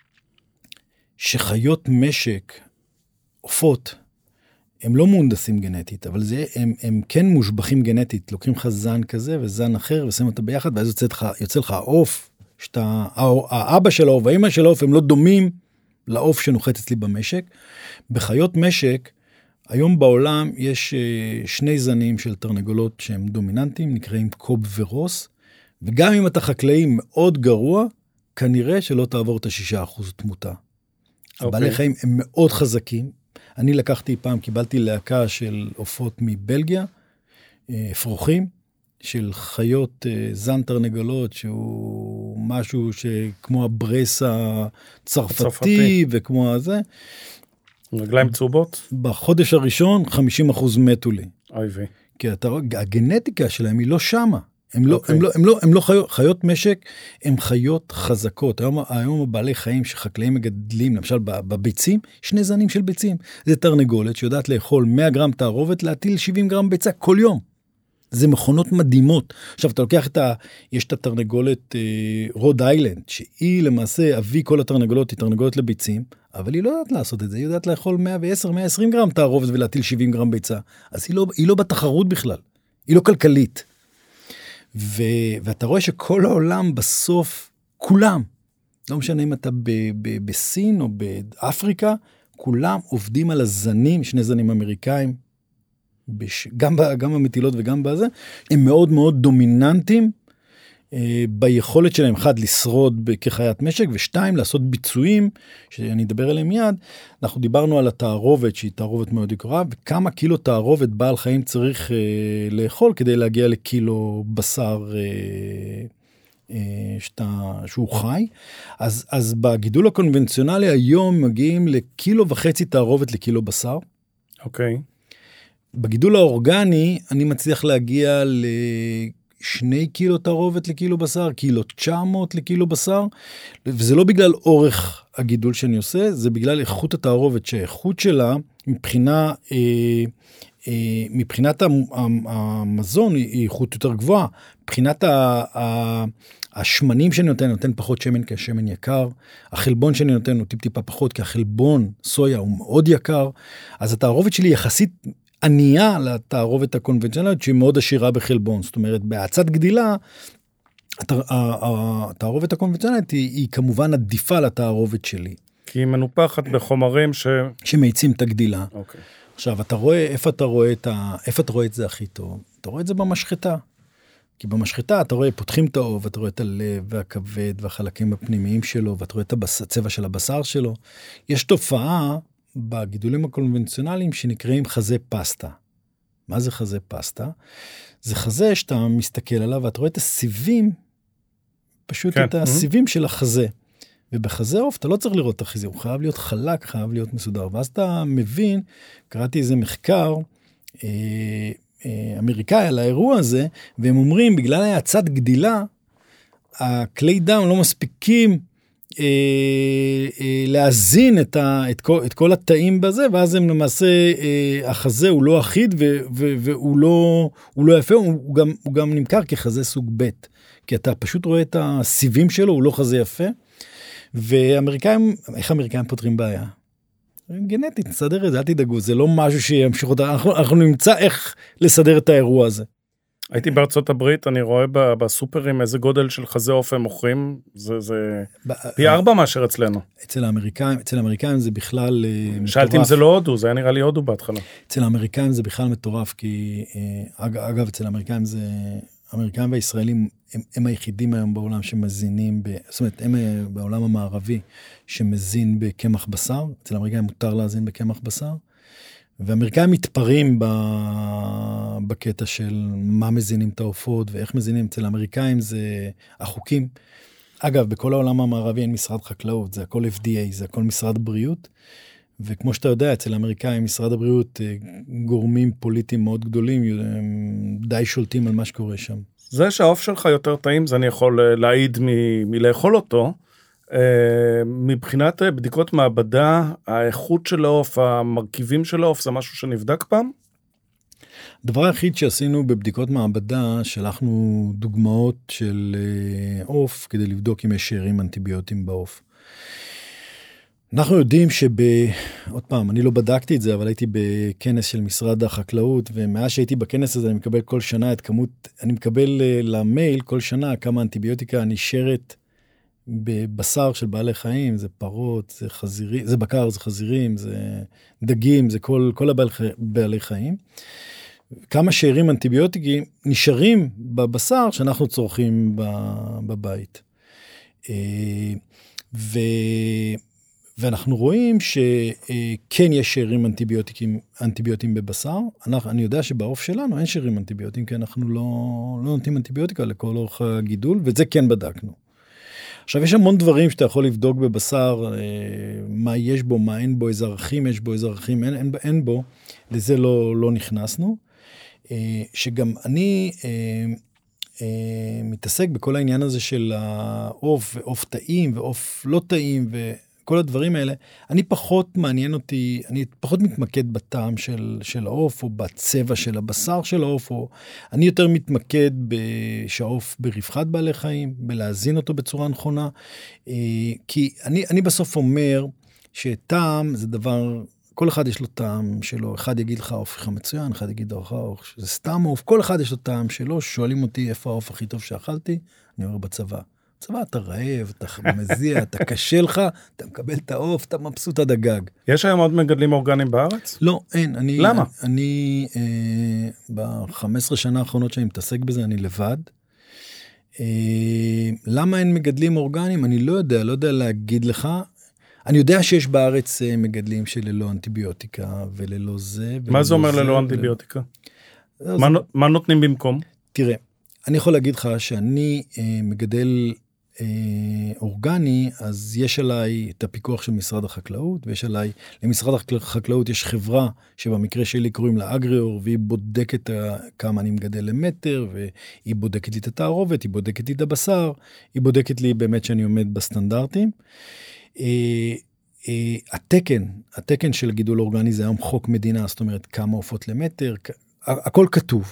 שחיות משק, עופות, הם לא מהונדסים גנטית, אבל זה, הם, הם כן מושבחים גנטית, לוקחים לך זן כזה וזן אחר, ושמים אותה ביחד, ואז יוצא לך, יוצא לך עוף, שאתה, האבא של העוף, האמא של העוף, הם לא דומים לעוף שנוחת אצלי במשק. בחיות משק, היום בעולם יש שני זנים של תרנגולות שהם דומיננטיים, נקראים קוב ורוס, וגם אם אתה חקלאי מאוד גרוע, כנראה שלא תעבור את השישה אחוז תמותה. Okay. בעלי חיים הם מאוד חזקים. אני לקחתי פעם, קיבלתי להקה של עופות מבלגיה, אפרוחים, של חיות זן תרנגולות, שהוא משהו שכמו הברס הצרפתי, וכמו הזה. רגליים צהובות? בחודש הראשון, חמישים אחוז מתו לי. אוי וי. כי אתה רואה, הגנטיקה שלהם היא לא שמה. הם לא, okay. הם לא, הם לא, הם לא חיות, חיות משק, הם חיות חזקות. היום, היום בעלי חיים שחקלאים מגדלים, למשל בביצים, שני זנים של ביצים. זה תרנגולת שיודעת לאכול מאה גרם תערובת, להטיל שבעים גרם ביצה כל יום. זה מכונות מדהימות. עכשיו, אתה לוקח את ה... יש את התרנגולת אה, רוד איילנד, שהיא למעשה אבי כל התרנגולות, היא תרנגולת לביצים, אבל היא לא יודעת לעשות את זה, היא יודעת לאכול מאה ועשר מאה ועשרים גרם תערובת ולהטיל שבעים גרם ביצה. אז היא לא, היא לא בתחרות בכלל. היא לא כלכלית. ו... ואתה רואה שכל העולם בסוף, כולם, לא משנה אם אתה ב... ב... בסין או באפריקה, כולם עובדים על הזנים, שני זנים אמריקאים, בש... גם, ב... גם במטילות וגם בזה, הם מאוד מאוד דומיננטיים, אה, ביכולת שלהם, אחד, לשרוד כחיית משק, ושתיים, לעשות ביצועים, שאני אדבר עליהם מיד. אנחנו דיברנו על התערובת, שהיא תערובת מאוד יקרה, וכמה קילו תערובת בעל חיים צריך אה, לאכול, כדי להגיע לקילו בשר אה, אה, שאתה, שהוא חי. אז, אז בגידול הקונבנציונלי היום מגיעים לקילו וחצי תערובת לקילו בשר. אוקיי. Okay. בגידול האורגני, אני מצליח להגיע ל... שני קילו תערובת לקילו בשר, קילו תשע מאות לקילו בשר, וזה לא בגלל אורך הגידול שאני עושה, זה בגלל איכות התערובת, שהאיכות שלה מבחינה, אה, אה, מבחינת המזון היא איכות יותר גבוהה, מבחינת ה, ה, השמנים שאני נותן, נותן פחות שמן כי השמן יקר, החלבון שאני נותן הוא טיפ טיפה פחות, כי החלבון סויה הוא מאוד יקר, אז התערובת שלי יחסית ענייה לתערובת הקונבנציונלית, שהיא מאוד עשירה בחלבון. זאת אומרת, בהאצת גדילה, התערובת הקונבנציונלית היא, היא כמובן עדיפה לתערובת שלי. כי היא מנופחת בחומרים ש... שמאיצים את הגדילה. אוקיי. עכשיו, אתה רואה, איפה אתה רואה את ה... איפה אתה רואה את זה הכי טוב? אתה רואה את זה במשחטה. כי במשחטה אתה רואה, פותחים את האוב, אתה רואה את הלב והכבד והחלקים הפנימיים שלו, ואתה רואה את הצבע של הבשר שלו. יש תופעה בגידולים הקונבנציונליים שנקראים חזה פסטה. מה זה חזה פסטה? זה חזה שאתה מסתכל עליו, ואתה רואה את הסיבים, פשוט כן. את הסיבים mm-hmm. של החזה. ובחזה עוף אתה לא צריך לראות את החזה, הוא חייב להיות חלק, חייב להיות מסודר. ואז אתה מבין, קראתי איזה מחקר, אה, אה, אמריקאי על האירוע הזה, והם אומרים, בגלל ההאצת גדילה, הכלי דם לא מספיקים, אה, אה, להזין את, ה, את, כל, את כל התאים בזה, ואז הם למעשה, אה, החזה הוא לא אחיד, ו, ו, והוא לא, הוא לא יפה, הוא, הוא, גם, הוא גם נמכר כחזה סוג ב', כי אתה פשוט רואה את הסיבים שלו, הוא לא חזה יפה, ואמריקאים, איך אמריקאים פותרים בעיה? גנטית, נסדר את זה, אל תדאגו, זה לא משהו שימשיך אותה, אנחנו, אנחנו נמצא איך לסדר את האירוע הזה. הייתי בארצות הברית, אני רואה בסופרים איזה גודל של חזה עוף הם מוכרים, זה, זה פי ארבע מאשר אצלנו. אצל האמריקאים, אצל האמריקאים זה בכלל מטורף. שאלתי אם זה לא הודו, זה היה נראה לי הודו בהתחלה. אצל האמריקאים זה בכלל מטורף, כי אגב, אצל האמריקאים זה, האמריקאים והישראלים הם, הם היחידים היום בעולם שמזינים, ב, זאת אומרת, הם בעולם המערבי שמזין בקמח בשר, אצל האמריקאים מותר להזין בקמח בשר, ואמריקאים מתפרים בקטע של מה מזינים את העופות ואיך מזינים. אצל האמריקאים זה החוקים. אגב, בכל העולם המערבי אין משרד חקלאות, זה הכל אף די איי, זה הכל משרד בריאות, וכמו שאתה יודע, אצל האמריקאים משרד הבריאות גורמים פוליטיים מאוד גדולים, די שולטים על מה שקורה שם. זה שהעוף שלך יותר טעים, זה אני יכול להעיד מ- מלאכול אותו, מבחינת בדיקות מעבדה, האיכות של העוף, המרכיבים של העוף, זה משהו שנבדק פעם? הדבר היחיד שעשינו בבדיקות מעבדה, שלחנו דוגמאות של עוף, כדי לבדוק אם יש שארים אנטיביוטיים בעוף. אנחנו יודעים שב... עוד פעם, אני לא בדקתי את זה, אבל הייתי בכנס של משרד החקלאות, ומאז שהייתי בכנס הזה, אני מקבל כל שנה את כמות, אני מקבל למייל כל שנה כמה אנטיביוטיקה נשארת, בבשר של בעלי חיים, זה פרות, זה חזירים, זה בקר, זה חזירים, זה דגים, זה כל, כל הבעלי חיים. כמה שארים אנטיביוטיקיים נשארים בבשר שאנחנו צורכים בבית. ו... ואנחנו רואים שכן יש שארים אנטיביוטיים, אנטיביוטיים בבשר. אנחנו, אני יודע שבעוף שלנו אין שארים אנטיביוטיים, כי אנחנו לא, לא נותנים אנטיביוטיקה לכל אורך הגידול, ואת זה כן בדקנו. עכשיו, יש המון דברים שאתה יכול לבדוק בבשר, מה יש בו, מה אין בו, איזה ערכים יש בו, איזה ערכים אין, אין, אין בו, לזה לא, לא נכנסנו. שגם אני מתעסק בכל העניין הזה של העוף, ועוף טעים, ועוף לא טעים, וכל הדברים האלה. אני פחות מעניין אותי, אני פחות מתמקד בטעם של, של העוף, או בצבע של הבשר של העוף, או אני יותר מתמקד בשעוף ברווחת בעלי חיים, בלהזין אותו בצורה נכונה, כי אני, אני בסוף אומר שטעם זה דבר, כל אחד יש לו טעם שלו, אחד יגיד לך העוף שלך מצוין, אחד יגיד לך העוף שזה סתם עוף, כל אחד יש לו טעם שלו, שואלים אותי איפה העוף הכי טוב שאכלתי, אני אומר בצבא. בצבא אתה רעב, אתה מזיע, אתה קשה לך, אתה מקבל את העוף, אתה מבסוט עד הגג. יש היום עוד מגדלים אורגניים בארץ? לא, אין. אני, למה? אני, אה, ב-חמש עשרה שנה האחרונות שאני מתעסק בזה, אני לבד. אה, למה אין מגדלים אורגניים? אני לא יודע, לא יודע להגיד לך. אני יודע שיש בארץ מגדלים שללא אנטיביוטיקה וללא זה. מה זה אומר ללא אנטיביוטיקה? מה נותנים במקום? תראה, אני יכול להגיד לך שאני מגדל אורגני, אז יש עליי את הפיקוח של משרד החקלאות, ויש עליי, למשרד החקלאות יש חברה שבמקרה שלי קוראים לה אגריאור, והיא בודקת כמה אני מגדל למטר, והיא בודקת לי את התערובת, היא בודקת לי את הבשר, היא בודקת לי באמת שאני עומד בסטנדרטים. התקן, התקן של גידול אורגני זה היום חוק מדינה, זאת אומרת כמה עופות למטר, הכל כתוב.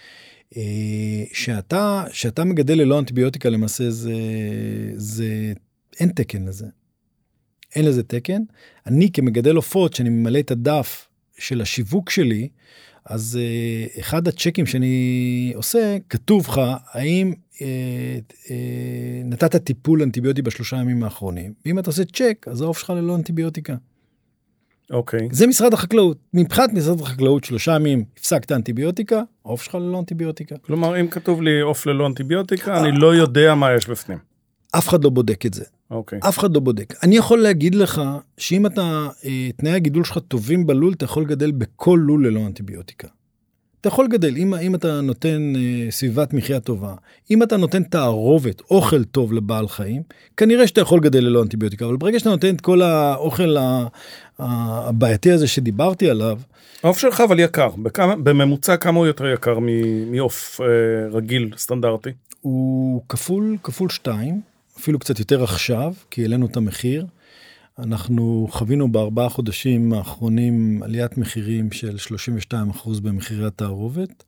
שאתה, שאתה מגדל ללא אנטיביוטיקה למעשה זה, זה, אין תקן לזה. אין לזה תקן. אני כמגדל עופות, שאני ממלא את הדף של השיווק שלי, אז אחד הצ'קים שאני עושה, כתוב לך, האם אה, אה, נתת טיפול אנטיביוטי בשלושה ימים האחרונים, ואם אתה עושה צ'ק, אז העוף שלך ללא אנטיביוטיקה. אוקיי. זה משרד החקלאות. מבחינת משרד החקלאות, שלושה ימים הפסקת אנטיביוטיקה, העוף שלך ללא אנטיביוטיקה. כלומר, אם כתוב לי עוף ללא אנטיביוטיקה, אני לא יודע מה יש בפנים. אף אחד לא בודק את זה. אוקיי. אף אחד לא בודק. אני יכול להגיד לך, שאם אתה, תנאי הגידול שלך טובים בלול, אתה יכול לגדל בכל לול ללא אנטיביוטיקה. אתה יכול לגדל, אם, אם אתה נותן אה, סביבת מחיה טובה, אם אתה נותן תערובת, אוכל טוב לבעל חיים, כנראה שאתה יכול לגדל ללא אנטיביוטיקה, אבל ברגע שאתה נותן את כל האוכל הבעייתי הזה שדיברתי עליו... העוף שלך אבל יקר, בכמה, בממוצע כמה הוא יותר יקר מעוף אה, רגיל, סטנדרטי? הוא כפול, כפול שתיים, אפילו קצת יותר עכשיו, כי העלינו את המחיר. אנחנו חווינו בארבעה חודשים האחרונים עליית מחירים של שלושים ושתיים אחוז במחירי התערובת,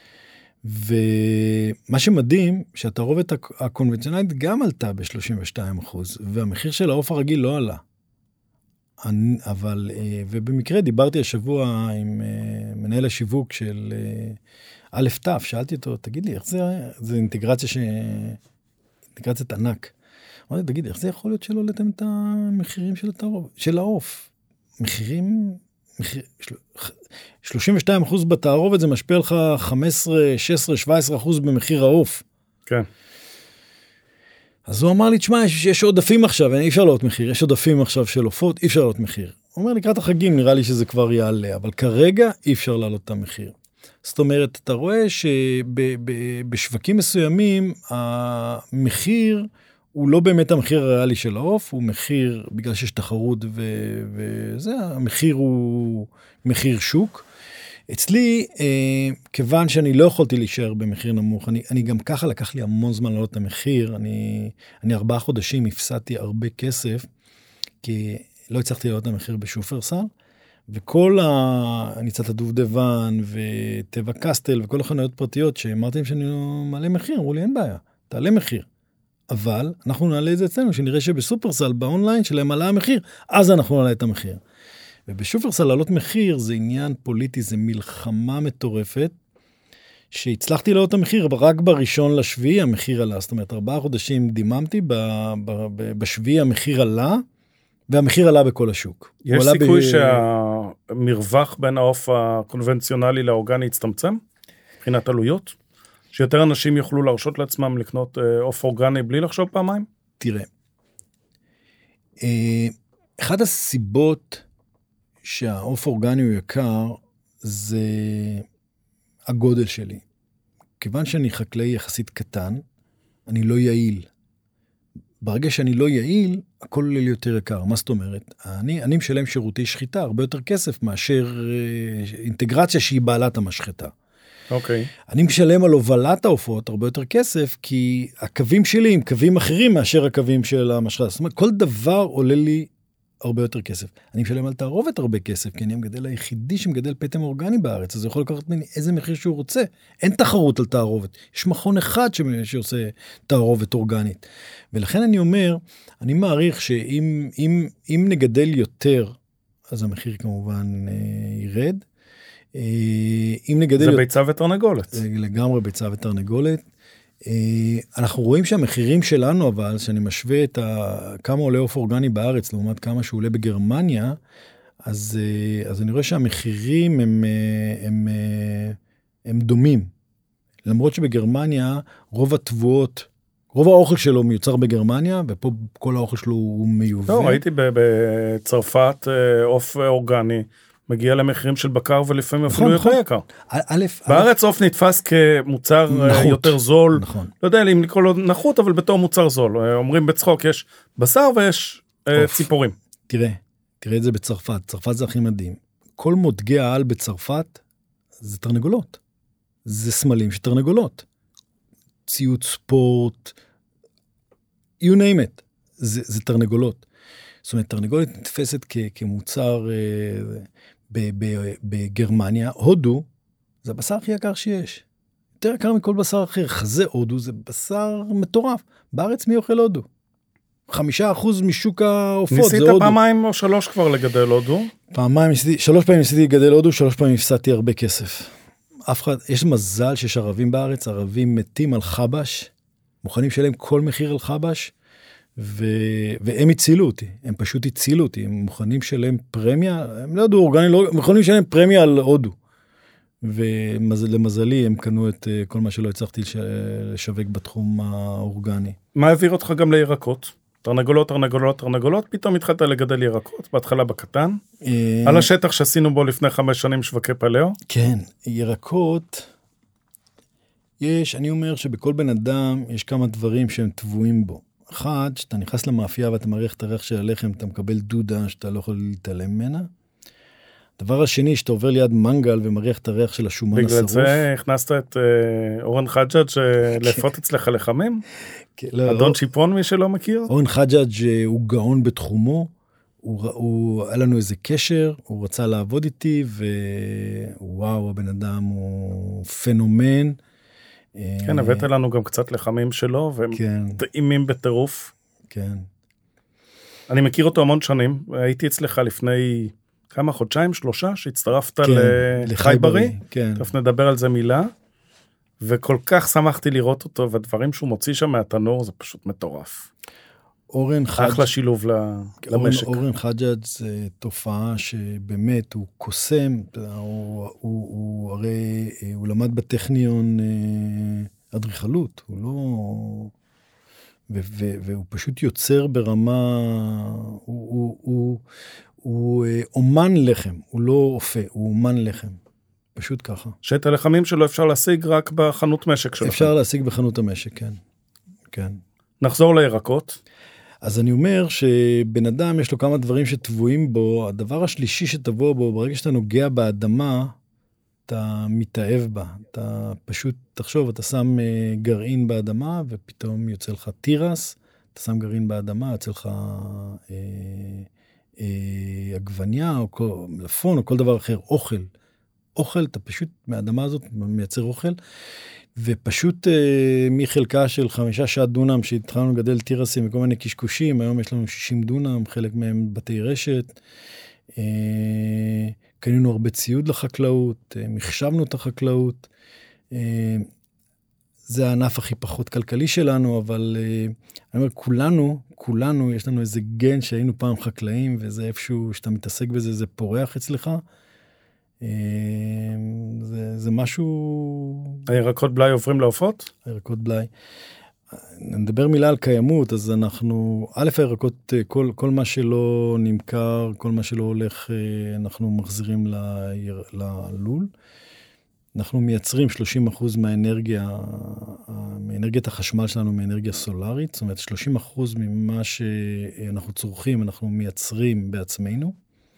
ומה שמדהים, שהתערובת הקונבנציונלית גם עלתה ב-שלושים ושתיים אחוז, והמחיר של העוף הרגיל לא עלה. אבל, ובמקרה דיברתי השבוע עם מנהל השיווק של א' ת', שאלתי אותו, תגיד לי, איך זה, זה אינטגרציה ש... אינטגרציית ענק. אמרתי, תגיד, איך זה יכול להיות שלא עליתם את המחירים של התערובת, של העוף? מחירים, מחיר, שלושים ושתיים אחוז בתערובת, זה משפיע לך חמש עשרה, שש עשרה, שבע עשרה אחוז במחיר העוף. כן. אז הוא אמר לי, תשמע, יש, יש עודפים עכשיו, אי אפשר לעלות מחיר, יש עודפים עכשיו של עופות, אי אפשר לעלות מחיר. הוא אומר, לקראת החגים נראה לי שזה כבר יעלה, אבל כרגע אי אפשר לעלות את המחיר. זאת אומרת, אתה רואה שבשווקים מסוימים, המחיר הוא לא באמת המחיר הריאלי של העוף, הוא מחיר, בגלל שיש תחרות וזה, המחיר הוא מחיר שוק. אצלי, אה, כיוון שאני לא יכולתי להישאר במחיר נמוך, אני, אני גם ככה לקח לי המון זמן לעלות את המחיר, אני, אני ארבעה חודשים הפסדתי הרבה כסף, כי לא הצלחתי לעלות את המחיר בשופרסל, וכל ה... אני קצת הדובדבן וטבע קסטל וכל החנויות פרטיות שאמרתם שאני לא מעלה מחיר, אמרו לי אין בעיה, תעלה מחיר. אבל אנחנו נעלה את זה אצלנו, שנראה שבסופרסל באונליין שלהם עלה המחיר, אז אנחנו נעלה את המחיר. ובשופרסל לעלות מחיר זה עניין פוליטי, זה מלחמה מטורפת, שהצלחתי לעלות את המחיר, אבל רק בראשון לשביעי המחיר עלה, זאת אומרת, ארבעה חודשים דיממתי, בשביעי המחיר עלה, והמחיר עלה בכל השוק. יש סיכוי ב... שהמרווח בין העוף הקונבנציונלי לאורגני יצטמצם? מבחינת עלויות? שיותר אנשים יוכלו להרשות לעצמם לקנות עוף אורגני בלי לחשוב פעמיים? תראה, אחד הסיבות שהעוף אורגני הוא יקר, זה הגודל שלי. כיוון שאני חקלאי יחסית קטן, אני לא יעיל. ברגע שאני לא יעיל, הכל עולה לי יותר יקר. מה זאת אומרת? אני, אני משלם שירותי שחיטה, הרבה יותר כסף מאשר אה, אינטגרציה שהיא בעלת המשחטה. אוקיי. אני משלם על הובלת העופות הרבה יותר כסף, כי הקווים שלי הם קווים אחרים מאשר הקווים של המשחטה. זאת אומרת, כל דבר עולה לי הרבה יותר כסף. אני משלם על תערובת הרבה כסף, כי אני המגדל היחידי שמגדל פטם אורגני בארץ, אז הוא יכול לקחת ממני איזה מחיר שהוא רוצה. אין תחרות על תערובת. יש מכון אחד שעושה תערובת אורגנית. ולכן אני אומר, אני מעריך שאם אם, אם נגדל יותר, אז המחיר כמובן אה, ירד. אה, אם נגדל... זה ביצה ותרנגולת. לגמרי ביצה ותרנגולת. אנחנו רואים שהמחירים שלנו, אבל, שאני משווה את ה... כמה עולה עוף אורגני בארץ, לעומת כמה שהוא עולה בגרמניה, אז, אז אני רואה שהמחירים הם, הם, הם דומים. למרות שבגרמניה, רוב התבואות, רוב האוכל שלו מיוצר בגרמניה, ופה כל האוכל שלו הוא מיובא. לא, ראיתי בצרפת עוף אורגני, מגיע למחירים של בקר ולפעמים אפילו יותר יקר. בארץ עוף נתפס כמוצר יותר זול, לא יודע אם לקרוא לו נחות, אבל בתור מוצר זול. אומרים בצחוק, יש בשר ויש ציפורים. תראה, תראה את זה בצרפת, צרפת זה הכי מדהים. כל מותגי העל בצרפת זה תרנגולות. זה סמלים של תרנגולות. ציוד ספורט, you name it, זה תרנגולות. זאת אומרת, תרנגולת נתפסת כמוצר... בגרמניה, הודו, זה הבשר הכי יקר שיש. יותר יקר מכל בשר אחר. חזה הודו זה בשר מטורף. בארץ מי אוכל הודו? חמישה אחוז משוק העופות זה הודו. ניסית פעמיים או שלוש כבר לגדל הודו? פעמיים, שלוש פעמים ניסיתי לגדל הודו, שלוש פעמים הפסדתי הרבה כסף. אף אחד, יש מזל שיש ערבים בארץ, ערבים מתים על חבש, מוכנים לשלם כל מחיר על חבש, ו... והם הצילו אותי, הם פשוט הצילו אותי, הם מוכנים לשלם פרמיה, הם לא ידעו אורגני, לא... הם יכולים לשלם פרמיה על הודו, ולמזלי הם קנו את כל מה שלא הצלחתי לשווק בתחום האורגני. מה העביר אותך גם לירקות? תרנגולות, תרנגולות, תרנגולות, פתאום התחלת לגדל ירקות, בהתחלה בקטן, על השטח שעשינו בו לפני חמש שנים שווקי פלאו? כן, ירקות, יש, אני אומר שבכל בן אדם יש כמה דברים שהם טבועים בו. אחד, שאתה נכנס למאפייה ואתה מריח את הריח של הלחם, אתה מקבל דודה שאתה לא יכול להתעלם ממנה. הדבר השני, שאתה עובר ליד מנגל ומריח את הריח של השומן השרוף. בגלל זה הכנסת את אורן חג'אג' לאפות אצלך לחמים? אדון צ'יפון מי שלא מכיר? אורן חג'אג' הוא גאון בתחומו, היה לנו איזה קשר, הוא רצה לעבוד איתי, ווואו, הבן אדם הוא פנומן, כן, הבאת לנו גם קצת לחמים שלו, והם טעימים בטירוף. כן. אני מכיר אותו המון שנים, הייתי אצלך לפני כמה חודשיים, שלושה, שהצטרפת לחייברי, תכף נדבר על זה מילה, וכל כך שמחתי לראות אותו, והדברים שהוא מוציא שם מהתנור, זה פשוט מטורף. אורן חג'אג' אחלה שילוב למשק. אורן חג'אג' זה תופעה שבאמת הוא קוסם, הוא, הוא, הוא הרי, הוא למד בטכניון אדריכלות, הוא לא... ו, ו, והוא פשוט יוצר ברמה, הוא, הוא, הוא, הוא אומן לחם, הוא לא אופה, הוא אומן לחם. פשוט ככה. שאת הלחמים שלו אפשר להשיג רק בחנות משק שלכם. אפשר להשיג בחנות המשק, כן. כן. נחזור לירקות. אז אני אומר שבן אדם יש לו כמה דברים שטבועים בו, הדבר השלישי שטבוע בו, ברגע שאתה נוגע באדמה, אתה מתאהב בה. אתה פשוט, תחשוב, אתה שם גרעין באדמה, ופתאום יוצא לך תירס, אתה שם גרעין באדמה, יוצא לך אה, אה, עגבניה, או כל, מלפון, או כל דבר אחר, אוכל. אוכל, אתה פשוט מהאדמה הזאת מייצר אוכל, ופשוט אה, מחלקה של חמישה שעת דונם, שהתחלנו לגדל תירסים וכל מיני קשקושים, היום יש לנו שישים דונם, חלק מהם בתי רשת, אה, קנינו הרבה ציוד לחקלאות, אה, מחשבנו את החקלאות, אה, זה הענף הכי פחות כלכלי שלנו, אבל אני אומר, כולנו, כולנו, יש לנו איזה גן שהיינו פעם חקלאים, וזה איפשהו שאתה מתעסק בזה, זה פורח אצלך. זה, זה משהו... הירקות בלי עוברים לעופות? הירקות בלי. נדבר מילה על קיימות, אז אנחנו, א' הירקות, כל, כל מה שלא נמכר, כל מה שלא הולך, אנחנו מחזירים ל, ללול. אנחנו מייצרים שלושים אחוז מהאנרגיה, מאנרגיית החשמל שלנו, מאנרגיה סולארית, זאת אומרת, שלושים אחוז ממה שאנחנו צורכים, אנחנו מייצרים בעצמנו.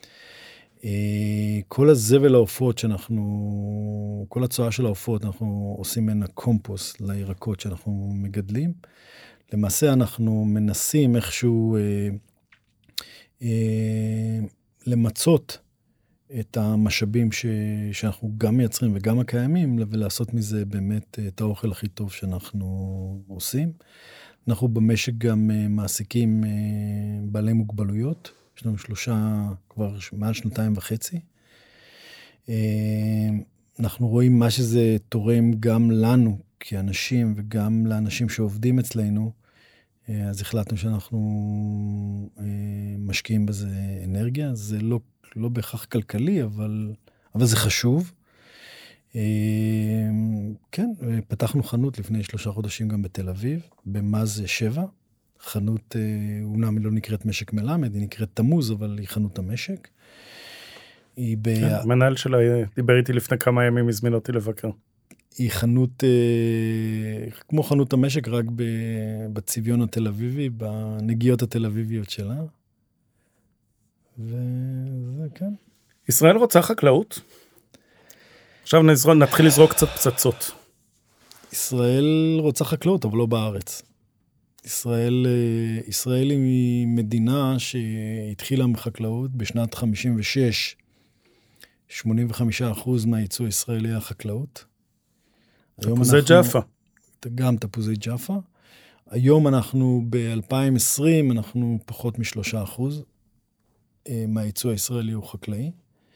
כל הזבל העופות שאנחנו, כל הצועה של העופות, אנחנו עושים ממנה קומפוסט לירקות שאנחנו מגדלים. למעשה אנחנו מנסים איכשהו אה, אה, למצות את המשאבים ש, שאנחנו גם מייצרים וגם הקיימים, ולעשות מזה באמת את האוכל הכי טוב שאנחנו עושים. אנחנו במשק גם מעסיקים בעלי מוגבלויות, יש לנו שלושה כבר מעל שנתיים וחצי. אנחנו רואים מה שזה תורם גם לנו כאנשים וגם לאנשים שעובדים אצלנו, אז החלטנו שאנחנו משקיעים בזה אנרגיה, זה לא, לא בהכרח כלכלי, אבל, אבל זה חשוב. כן, פתחנו חנות לפני שלושה חודשים גם בתל אביב, במאז שבע, חנות, אומנם לא נקראת משק מלמד, היא נקראת תמוז, אבל היא חנות המשק. היא ב... המנהל שלה דיבר איתי לפני כמה ימים, הזמין אותי לבקר. היא חנות, כמו חנות המשק, רק בצביון התל אביבי, בנגיעות התל אביביות שלה. וזה כן. ישראל רוצה חקלאות? עכשיו נזרון, נתחיל לזרוק קצת פצצות. ישראל רוצה חקלאות, אבל לא בארץ. ישראל, ישראל היא מדינה שהתחילה מחקלאות בשנת חמישים ושש, שמונים וחמישה אחוז מהייצוא הישראלי היה חקלאות. תפוזי ג'אפה. גם תפוזי ג'אפה. היום אנחנו ב-אלפיים ועשרים, אנחנו פחות משלושה אחוז מהייצוא הישראלי הוא חקלאי.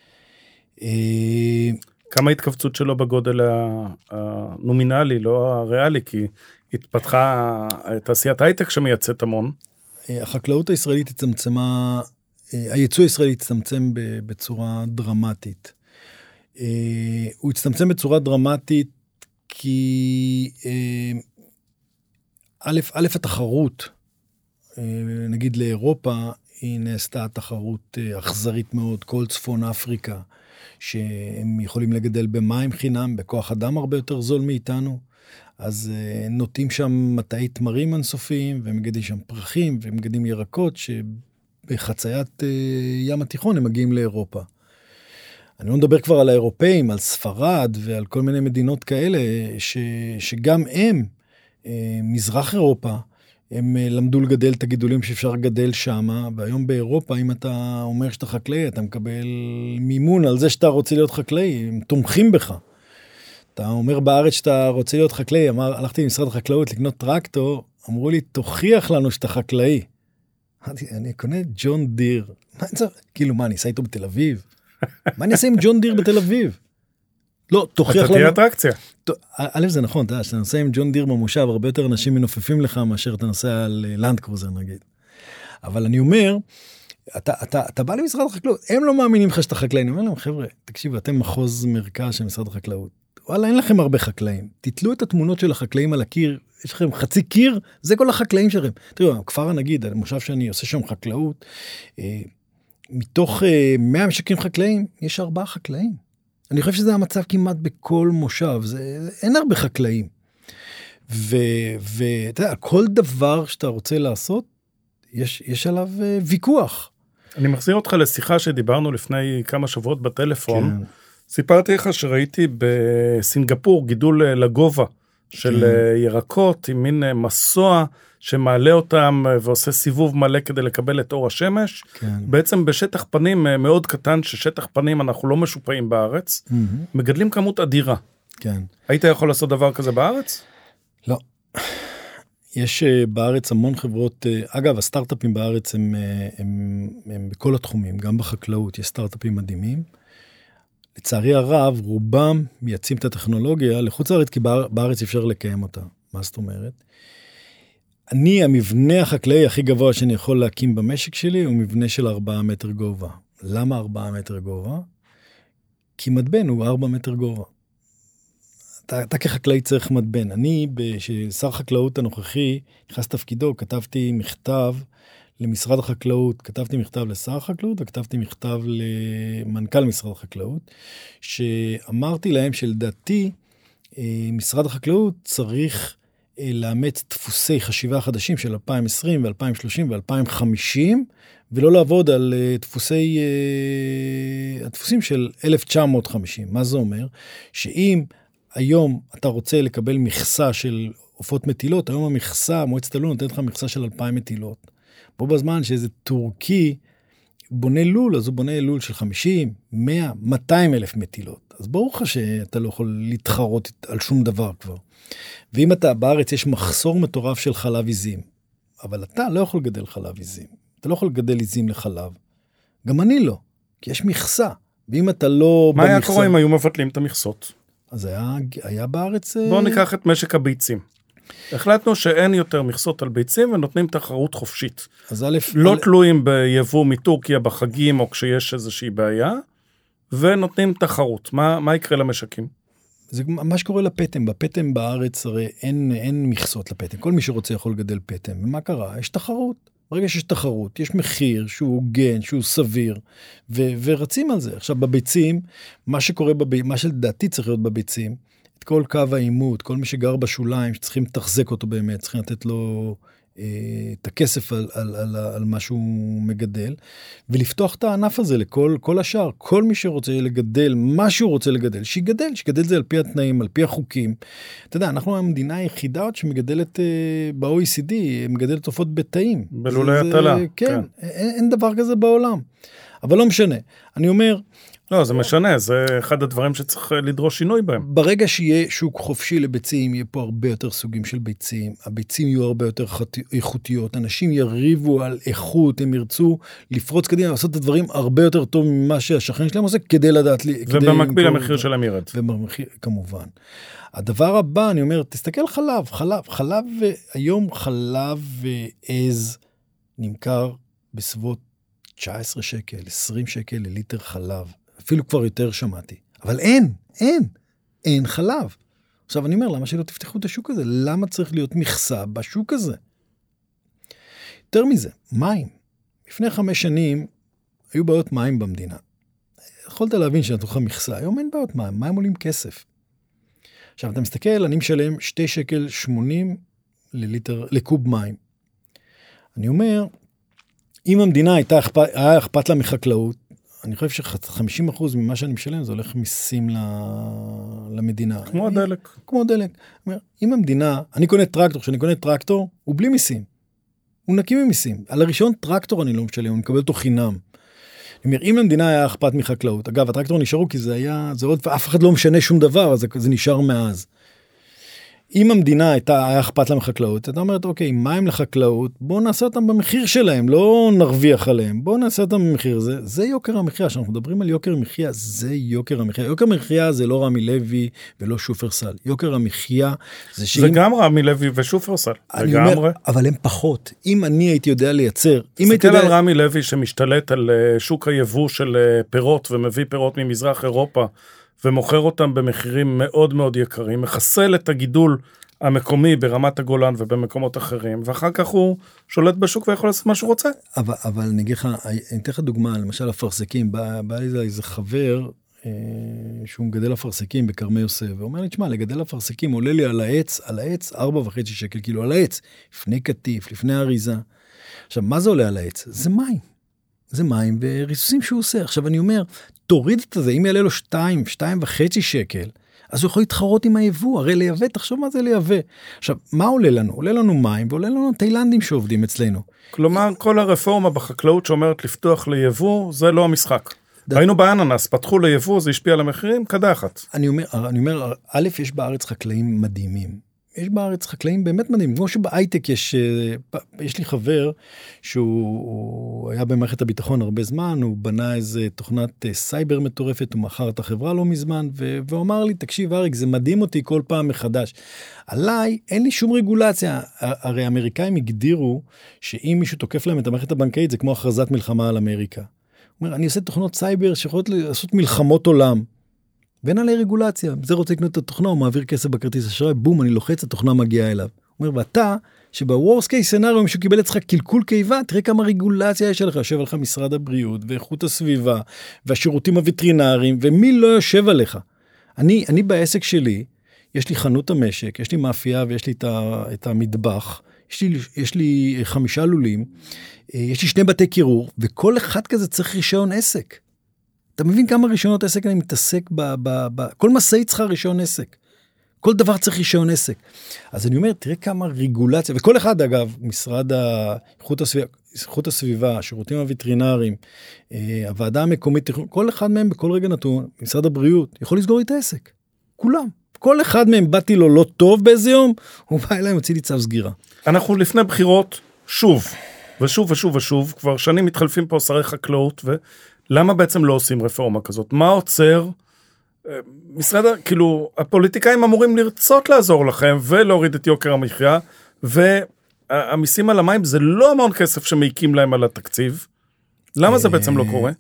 כמה התכווצות שלו בגודל הנומינלי, לא הריאלי, כי התפתחה תעשיית הייטק שמייצאת המון. החקלאות הישראלית הצטמצמה, הייצוא הישראלי הצטמצם בצורה דרמטית. הוא הצטמצם בצורה דרמטית כי א', א' התחרות, נגיד לאירופה, היא נעשתה תחרות אכזרית מאוד, כל צפון אפריקה, שהם יכולים לגדל במים חינם, בכוח אדם הרבה יותר זול מאיתנו, אז נוטים שם מטעי תמרים אינסופיים, ומגדלים שם פרחים, ומגדלים ירקות, שבחציית ים התיכון הם מגיעים לאירופה. אני לא מדבר כבר על האירופאים, על ספרד, ועל כל מיני מדינות כאלה, ש, שגם הם, מזרח אירופה, הם למדו לגדל את הגידולים שאפשר לגדל שם, והיום באירופה, אם אתה אומר שאתה חקלאי, אתה מקבל מימון על זה שאתה רוצה להיות חקלאי, הם תומכים בך. אתה אומר בארץ שאתה רוצה להיות חקלאי, אמר, הלכתי למשרד החקלאות לקנות טרקטור, אמרו לי, תוכיח לנו שאתה חקלאי. אמרתי, אני קונה ג'ון דיר. מה אני צריך? כאילו, מה, אני אעשה איתו בתל אביב? מה אני אעשה עם ג'ון דיר בתל אביב? לא, תוכיח לנו. אתה תהיה אטרקציה. א', זה נכון, אתה יודע, שאתה נוסע עם ג'ון דיר במושב, הרבה יותר אנשים מנופפים לך מאשר אתה נוסע על לנד קרוזר נגיד. אבל אני אומר, אתה, אתה, אתה בא למשרד החקלאות, הם לא מאמינים לך שאתה חקלאי, אני אומר להם, חבר'ה, תקשיבו, אתם מחוז מרכז של משרד החקלאות, וואלה, אין לכם הרבה חקלאים, תתלו את התמונות של החקלאים על הקיר, יש לכם חצי קיר, זה כל החקלאים שלכם. תראו, הכפר הנגיד, המושב שאני עושה שם חקלאות, מתוך מאה משקים חקלאים, יש ארבעה חקלאים. אני חושב שזה המצב כמעט בכל מושב, זה, אין הרבה חקלאים. ואתה יודע, כל דבר שאתה רוצה לעשות, יש, יש עליו ויכוח. אני מחזיר אותך לשיחה שדיברנו לפני כמה שבועות בטלפון. כן. סיפרתי לך שראיתי בסינגפור גידול לגובה של כן. ירקות, עם מין מסוע שמעלה אותם ועושה סיבוב מלא כדי לקבל את אור השמש. כן. בעצם בשטח פנים מאוד קטן, ששטח פנים אנחנו לא משופעים בארץ, mm-hmm. מגדלים כמות אדירה. כן. היית יכול לעשות דבר כזה בארץ? לא. יש בארץ המון חברות, אגב, הסטארט-אפים בארץ הם, הם, הם בכל התחומים, גם בחקלאות, יש סטארט-אפים מדהימים. לצערי הרב, רובם מייצאים את הטכנולוגיה לחוץ לארץ, כי בארץ אפשר לקיים אותה. מה זאת אומרת? אני, המבנה החקלאי הכי גבוה שאני יכול להקים במשק שלי, הוא מבנה של ארבעה מטר גובה. למה ארבעה מטר גובה? כי מדבן הוא ארבע מטר גובה. אתה, אתה כחקלאי צריך מדבן. אני, כששר חקלאות הנוכחי, נכנס תפקידו, כתבתי מכתב למשרד החקלאות, כתבתי מכתב לשר החקלאות, וכתבתי מכתב למנכ"ל משרד החקלאות, שאמרתי להם שלדעתי, משרד החקלאות צריך לאמץ דפוסי חשיבה חדשים של אלפיים ועשרים ו-אלפיים ושלושים ו-אלפיים וחמישים, ולא לעבוד על דפוסי, הדפוסים של אלף תשע מאות וחמישים. מה זה אומר? שאם היום אתה רוצה לקבל מכסה של עופות מטילות, היום המכסה, מועצת הלול נותנת לך מכסה של אלפיים מטילות. בו בזמן שאיזה טורקי בונה לול, אז הוא בונה לול של חמישים, מאה, מאתיים אלף מטילות. אז ברור לך שאתה לא יכול להתחרות על שום דבר כבר. ואם אתה בארץ יש מחסור מטורף של חלב עיזים, אבל אתה לא יכול לגדל חלב עיזים. אתה לא יכול לגדל עיזים לחלב. גם אני לא, כי יש מכסה. ואם אתה לא מה במכסה... היה קורה אם היו מבטלים את המכסות? אז היה, היה בארץ... בואו ניקח את משק הביצים. החלטנו שאין יותר מכסות על ביצים ונותנים תחרות חופשית. אז א', לא א'... תלויים ביבוא מטורקיה בחגים או כשיש איזושהי בעיה, ונותנים תחרות. מה, מה יקרה למשקים? זה מה שקורה לפטם. בפטם בארץ הרי אין, אין מכסות לפטם. כל מי שרוצה יכול לגדל פטם. ומה קרה? יש תחרות. ברגע שיש תחרות, יש מחיר שהוא הוגן, שהוא סביר, ו- ורצים על זה. עכשיו, בביצים, מה שקורה, בב... מה שלדעתי צריך להיות בביצים, את כל קו האימות, כל מי שגר בשוליים, שצריכים לתחזק אותו באמת, צריכים לתת לו אה, את הכסף על, על, על, על מה שהוא מגדל, ולפתוח את הענף הזה לכל כל השאר. כל מי שרוצה לגדל, מה שהוא רוצה לגדל, שיגדל, שיגדל זה על פי התנאים, על פי החוקים. אתה יודע, אנחנו המדינה היחידה עוד שמגדלת אה, ב-או אי סי די, מגדלת עופות בתאים. בלולי הטלה. כן, כן. אין, אין דבר כזה בעולם. אבל לא משנה. אני אומר... לא, זה משנה, זה אחד הדברים שצריך לדרוש שינוי בהם. ברגע שיהיה שוק חופשי לביצים, יהיה פה הרבה יותר סוגים של ביצים, הביצים יהיו הרבה יותר איכותיות, אנשים יריבו על איכות, הם ירצו לפרוץ קדימה, לעשות את הדברים הרבה יותר טוב ממה שהשכן שלהם עושה, כדי לדעת לי... ובמקביל המחיר שלהם ירד. ובמחיר, כמובן. הדבר הבא, אני אומר, תסתכל חלב, חלב, חלב, היום חלב עז נמכר בסביבות תשע עשרה שקל, עשרים שקל לליטר חלב. אפילו כבר יותר שמעתי. אבל אין, אין, אין חלב. עכשיו אני אומר, למה שלא תפתחו את השוק הזה? למה צריך להיות מכסה בשוק הזה? יותר מזה, מים. לפני חמש שנים, היו בעיות מים במדינה. יכולת להבין שנתנו לך מכסה. היום אין בעיות מים, מים עולים כסף. עכשיו אתה מסתכל, אני משלם שתי שקל שמונים לליטר, לקוב מים. אני אומר, אם המדינה הייתה אכפת, היה אכפת לה מחקלאות, אני חושב ש-חמישים אחוז ממה שאני משלם, זה הולך מיסים למדינה. כמו הדלק. כמו הדלק. אם המדינה, אני קונה טרקטור, כשאני קונה טרקטור, הוא בלי מיסים. הוא נקי ממיסים. על הראשון טרקטור אני לא משלם, הוא מקבל אותו חינם. אני אומר, אם למדינה היה אכפת מחקלאות, אגב, הטרקטור נשארו, כי זה היה, זה עוד, אף אחד לא משנה שום דבר, אז זה נשאר מאז. אם המדינה הייתה, היה אכפת לה מחקלאות, אתה אומרת, אוקיי, מים לחקלאות, בואו נעשה אותם במחיר שלהם, לא נרוויח עליהם, בואו נעשה אותם במחיר, זה, זה יוקר המחיה, שאנחנו מדברים על יוקר המחיה, זה יוקר המחיה, יוקר המחיה זה לא רמי לוי ולא שופרסל, יוקר המחיה זה שאם... זה גם רמי לוי ושופרסל, אני אומר, אבל הם פחות, אם אני הייתי יודע לייצר, אם הייתי יודע... על רמי לוי שמשתלט על שוק היבוא של פירות, ומביא פירות ממזרח אירופה, ומוכר אותם במחירים מאוד מאוד יקרים, מחסל את הגידול המקומי ברמת הגולן ובמקומות אחרים, ואחר כך הוא שולט בשוק ויכול לעשות מה שהוא רוצה. אבל, אבל אני אגיד לך, אני אתן לך דוגמה, למשל הפרסקים, בא, בא לי איזה חבר, אה, שהוא מגדל הפרסקים בקרמי יוסף, ואומר לי, תשמע, לגדל הפרסקים עולה לי על העץ, על העץ, ארבע וחצי שקל, כאילו על העץ, לפני קטיף, לפני אריזה. עכשיו, מה זה עולה על העץ? זה מים. זה מים וריסוסים שהוא עושה. עכשיו אני אומר, תוריד את זה, אם יעלה לו שתיים, שתיים וחצי שקל, אז הוא יכול להתחרות עם היבוא, הרי לייבא, תחשוב מה זה לייבא. עכשיו, מה עולה לנו? עולה לנו מים, ועולה לנו תאילנדים שעובדים אצלנו. כלומר, כל הרפורמה בחקלאות שאומרת לפתוח ליבוא, זה לא המשחק. ראינו באננס, פתחו ליבוא, זה השפיע על המחירים, קדחת. אני אומר, אני אומר, א', יש בארץ חקלאים מדהימים, יש בארץ חקלאים באמת מדהים, כמו שבהייטק יש, יש לי חבר שהוא היה במערכת הביטחון הרבה זמן, הוא בנה איזה תוכנת סייבר מטורפת, הוא מכר את החברה לא מזמן, והוא אמר לי, תקשיב אריק, זה מדהים אותי כל פעם מחדש. עליי אין לי שום רגולציה, הרי האמריקאים הגדירו שאם מישהו תוקף להם את המערכת הבנקאית, זה כמו הכרזת מלחמה על אמריקה. הוא אומר, אני עושה תוכנות סייבר שיכולות לעשות מלחמות עולם. ואין עלי רגולציה, זה רוצה לקנות את התוכנה, הוא מעביר כסף בכרטיס אשראי, בום, אני לוחץ, התוכנה מגיעה אליו. הוא אומר, ואתה, שבוורס קייס סנאריו, מישהו קיבל אצלך קלקול קיבה, תראה כמה רגולציה יש עליך, יושב עליך משרד הבריאות, ואיכות הסביבה, והשירותים הווטרינריים, ומי לא יושב עליך. אני, אני בעסק שלי, יש לי חנות המשק, יש לי מאפייה, ויש לי את, ה, את המטבח, יש לי, יש לי חמישה לולים, יש לי שני בתי קירור, וכל אחד כזה צריך רישיון עסק. אתה מבין כמה רישיונות עסק אני מתעסק ב... ב, ב כל מסעי צריכה רישיון עסק. כל דבר צריך רישיון עסק. אז אני אומר, תראה כמה רגולציה, וכל אחד אגב, משרד איכות הסביבה, איכות הסביבה, השירותים הווטרינריים, הוועדה המקומית, כל אחד מהם בכל רגע נתון, משרד הבריאות, יכול לסגור את העסק. כולם. כל אחד מהם באתי לו לא טוב באיזה יום, הוא בא אליי, מוציא לי צו סגירה. אנחנו לפני בחירות, שוב, ושוב ושוב ושוב, כבר שנים מתחלפים פה שרי חקלאות, ולמה בעצם לא עושים רפורמה כזאת? מה עוצר? משרד, כאילו, הפוליטיקאים אמורים לרצות לעזור לכם, ולהוריד את יוקר המחיה, והמיסים על המים זה לא המון כסף שמעיקים להם על התקציב. למה זה בעצם לא קורה?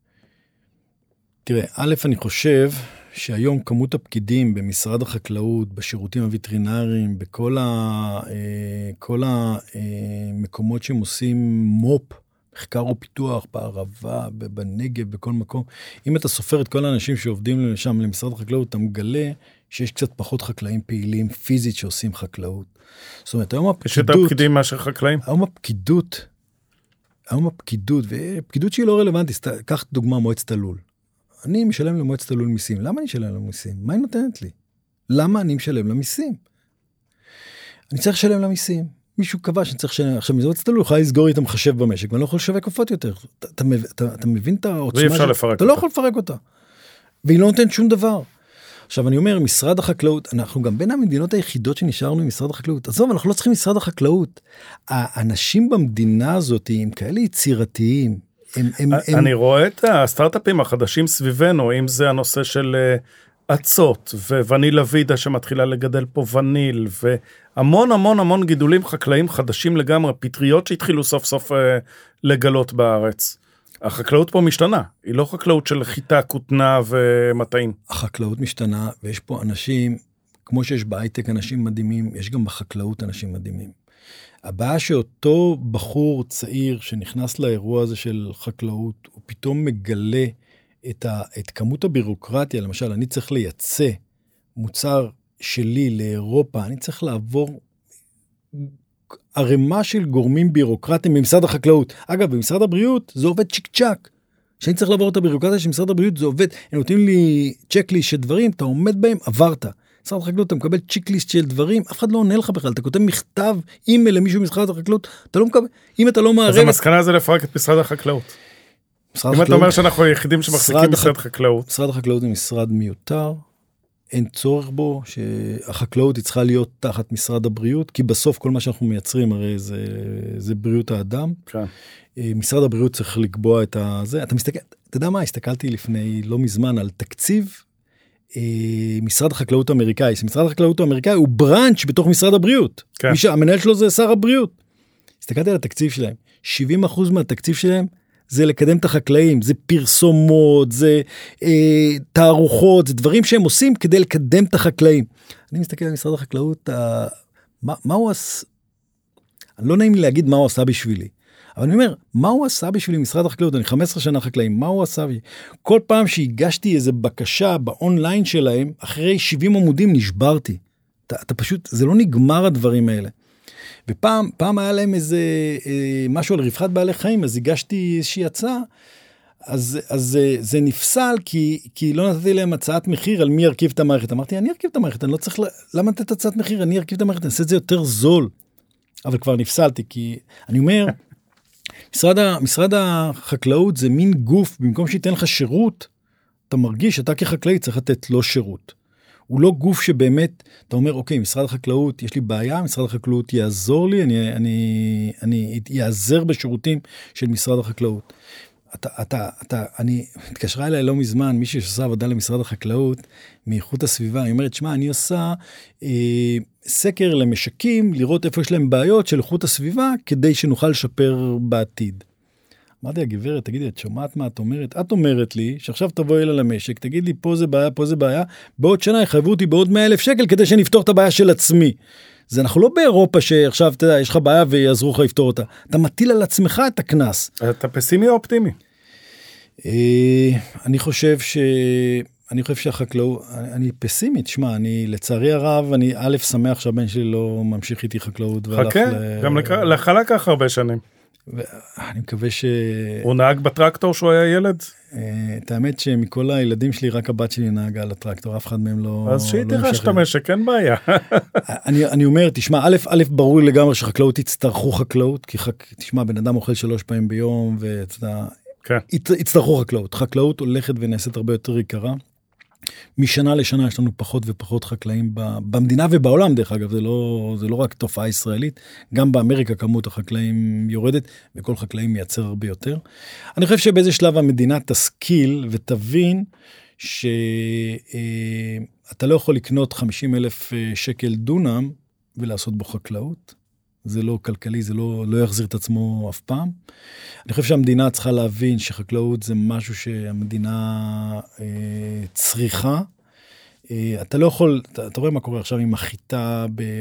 תראה, א', אני חושב שהיום כמות הפקידים במשרד החקלאות, בשירותים הווטרינריים, בכל ה, כל המקומות שהם עושים מופ, מחקר ופיתוח, בערבה, בנגב, בכל מקום. אם אתה סופר את כל האנשים שעובדים שם למשרד החקלאות, אתה מגלה שיש קצת פחות חקלאים פעילים פיזית שעושים חקלאות. זאת אומרת, היום הפקידות... יש יותר פקידים מאשר חקלאים? היום הפקידות, היום הפקידות, ופקידות שהיא לא רלוונטית, קח דוגמה מועצת הלול. אני משלם למועצת הלול מיסים. למה אני משלם למיסים? מה היא נותנת לי? למה אני משלם למיסים? אני צריך לשלם למיסים. מישהו קבע שאני צריך לשלם. עכשיו, מועצת הלול יכולה לסגור איתם חשב במשק, ואני לא יכול לשווק עופות יותר. אתה, אתה, אתה, אתה מבין את העוצמה? ואי אפשר לפרק אותה. אתה לא יכול לפרק אותה. והיא לא נותנת שום דבר. עכשיו, אני אומר, משרד החקלאות, אנחנו גם בין המדינות היחידות שנשארנו עם משרד החקלאות. עזוב, אנחנו לא צריכים משרד החקלאות. האנשים במדינה הזאת הם כאלה יצירתיים. הם, הם, אני הם... רואה את הסטארט-אפים החדשים סביבנו, אם זה הנושא של עצות, וונילה וידה שמתחילה לגדל פה וניל, והמון המון המון גידולים חקלאים חדשים לגמרי, פטריות שהתחילו סוף סוף לגלות בארץ. החקלאות פה משתנה, היא לא חקלאות של חיטה, כותנה ומטעים. החקלאות משתנה, ויש פה אנשים, כמו שיש בהייטק אנשים מדהימים, יש גם בחקלאות אנשים מדהימים. הבעיה שאותו בחור צעיר שנכנס לאירוע הזה של חקלאות, הוא פתאום מגלה את, ה, את כמות הבירוקרטיה, למשל, אני צריך לייצא מוצר שלי לאירופה, אני צריך לעבור ערימה של גורמים בירוקרטיים במשרד החקלאות. אגב, במשרד הבריאות זה עובד צ'יק צ'ק. שאני צריך לעבור את הבירוקרטיה של משרד הבריאות, זה עובד, הם נותנים לי צ'קליסט של דברים, אתה עומד בהם, עברת. משרד החקלאות, אתה מקבל צ'יקליסט של דברים, אף אחד לא עונה לך בכלל, אתה כותב מכתב, אימייל למישהו ממשרד החקלאות, אתה לא מקבל, אם אתה לא מערב... אז המסקנה זה לפרק את משרד החקלאות. אם אתה אומר שאנחנו היחידים שמחזיקים משרד חקלאות. משרד החקלאות זה משרד מיותר, אין צורך בו, שהחקלאות היא צריכה להיות תחת משרד הבריאות, כי בסוף כל מה שאנחנו מייצרים, הרי זה, זה בריאות האדם. כן. משרד הבריאות צריך לקבוע את זה. אתה מסתכל, אתה יודע מה, הסתכלתי לפני לא מזמן על תקציב, משרד החקלאות האמריקאי, משרד החקלאות האמריקאי הוא ברנץ' בתוך משרד הבריאות. כן. מי שהמנהל שלו זה שר הבריאות. הסתכלתי על התקציב שלהם, שבעים אחוז מהתקציב שלהם זה לקדם את החקלאים, זה פרסומות, זה אה, תערוכות, זה דברים שהם עושים כדי לקדם את החקלאים. אני מסתכל על משרד החקלאות, אה, מה, מה הוא עשה, אני לא נעים לי להגיד מה הוא עשה בשבילי, אבל אני אומר, מה הוא עשה בשבילי משרד החקלאות? אני חמש עשרה שנה חקלאים, מה הוא עשה? כל פעם שהגשתי איזו בקשה באונליין שלהם, אחרי שבעים עמודים נשברתי. אתה, אתה פשוט, זה לא נגמר הדברים האלה. ופעם, פעם היה להם איזה אה, משהו על רווחת בעלי חיים, אז הגשתי איזושהי הצעה, אז, אז זה נפסל, כי, כי לא נתתי להם הצעת מחיר על מי ירכיב את המערכת. אמרתי, אני ארכיב את המערכת, אני לא צריך, למה לתת הצעת מחיר? אני ארכיב את המערכת, אני אעשה את זה יותר זול. אבל כבר נפסלתי, כי אני אומר, משרד, ה, משרד החקלאות זה מין גוף, במקום שייתן לך שירות, אתה מרגיש שאתה כחקלאי צריך לתת לו שירות. הוא לא גוף שבאמת, אתה אומר, אוקיי, משרד החקלאות, יש לי בעיה, משרד החקלאות יעזור לי, אני, אני, אני יעזר בשירותים של משרד החקלאות. אתה, אתה, אתה, אני, התקשרה אליי לא מזמן, מישהו שעושה עבודה למשרד החקלאות, מאיכות הסביבה, היא אומרת, שמה, אני עושה אה, סקר למשקים, לראות איפה יש להם בעיות של איכות הסביבה, כדי שנוכל לשפר בעתיד. אמרתי, הגברת, תגידי, את שומעת מה את אומרת? את אומרת לי, שעכשיו תבוא אלה למשק, תגיד לי, פה זה בעיה, פה זה בעיה, בעוד שנה יחייבו אותי בעוד מאה אלף שקל, כדי שנפתור את הבעיה של עצמי. זה אנחנו לא באירופה שעכשיו, אתה יודע, יש לך בעיה ויעזרו לך לפתור אותה. אתה מטיל על עצמך את הכנס. אתה פסימי או אופטימי? אני חושב ש... אני חושב שהחקלאות, אני פסימית, שמה, אני לצערי הרב, אני א' שמח שהבן שלי לא ממשיך איתי חקלאות. חכה, גם לחלה כך הרבה שנים. אני מקווה ש... הוא נהג בטרקטור שהוא היה ילד? את האמת שמכל הילדים שלי, רק הבת שלי נהגה על הטרקטור, אף אחד מהם לא... אז שהיא תירש את המשק, אין בעיה. אני אומר, תשמע, א', א', ברור לי לגמרי שחקלאות יצטרכו חקלאות, כי תשמע, בן אדם אוכל שלוש פעמים ביום, ואתה... יצטרכו חקלאות. חקלאות הולכת ונעשית הרבה יותר יקרה. משנה לשנה יש לנו פחות ופחות חקלאים במדינה ובעולם, דרך אגב, זה לא, זה לא רק תופעה ישראלית, גם באמריקה כמות החקלאים יורדת, וכל חקלאים מייצר הרבה יותר. אני חושב שבאיזה שלב המדינה תשכיל ותבין שאתה לא יכול לקנות חמישים אלף שקל דונם ולעשות בו חקלאות. זה לא כלכלי, זה לא, לא יחזיר את עצמו אף פעם. אני חושב שהמדינה צריכה להבין שחקלאות זה משהו שהמדינה אה, צריכה. אה, אתה לא יכול, אתה, אתה רואה מה קורה עכשיו עם החיטה,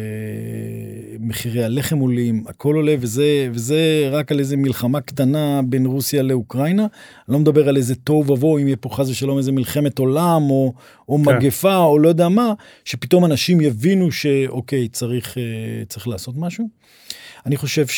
במחירי הלחם עולים, הכל עולה, וזה, וזה רק על איזה מלחמה קטנה בין רוסיה לאוקראינה. אני לא מדבר על איזה טוב ובוא, אם יהיה פה חס ושלום איזה מלחמת עולם, או, או כן. מגפה, או לא יודע מה, שפתאום אנשים יבינו שאוקיי, צריך, אה, צריך לעשות משהו. אני חושב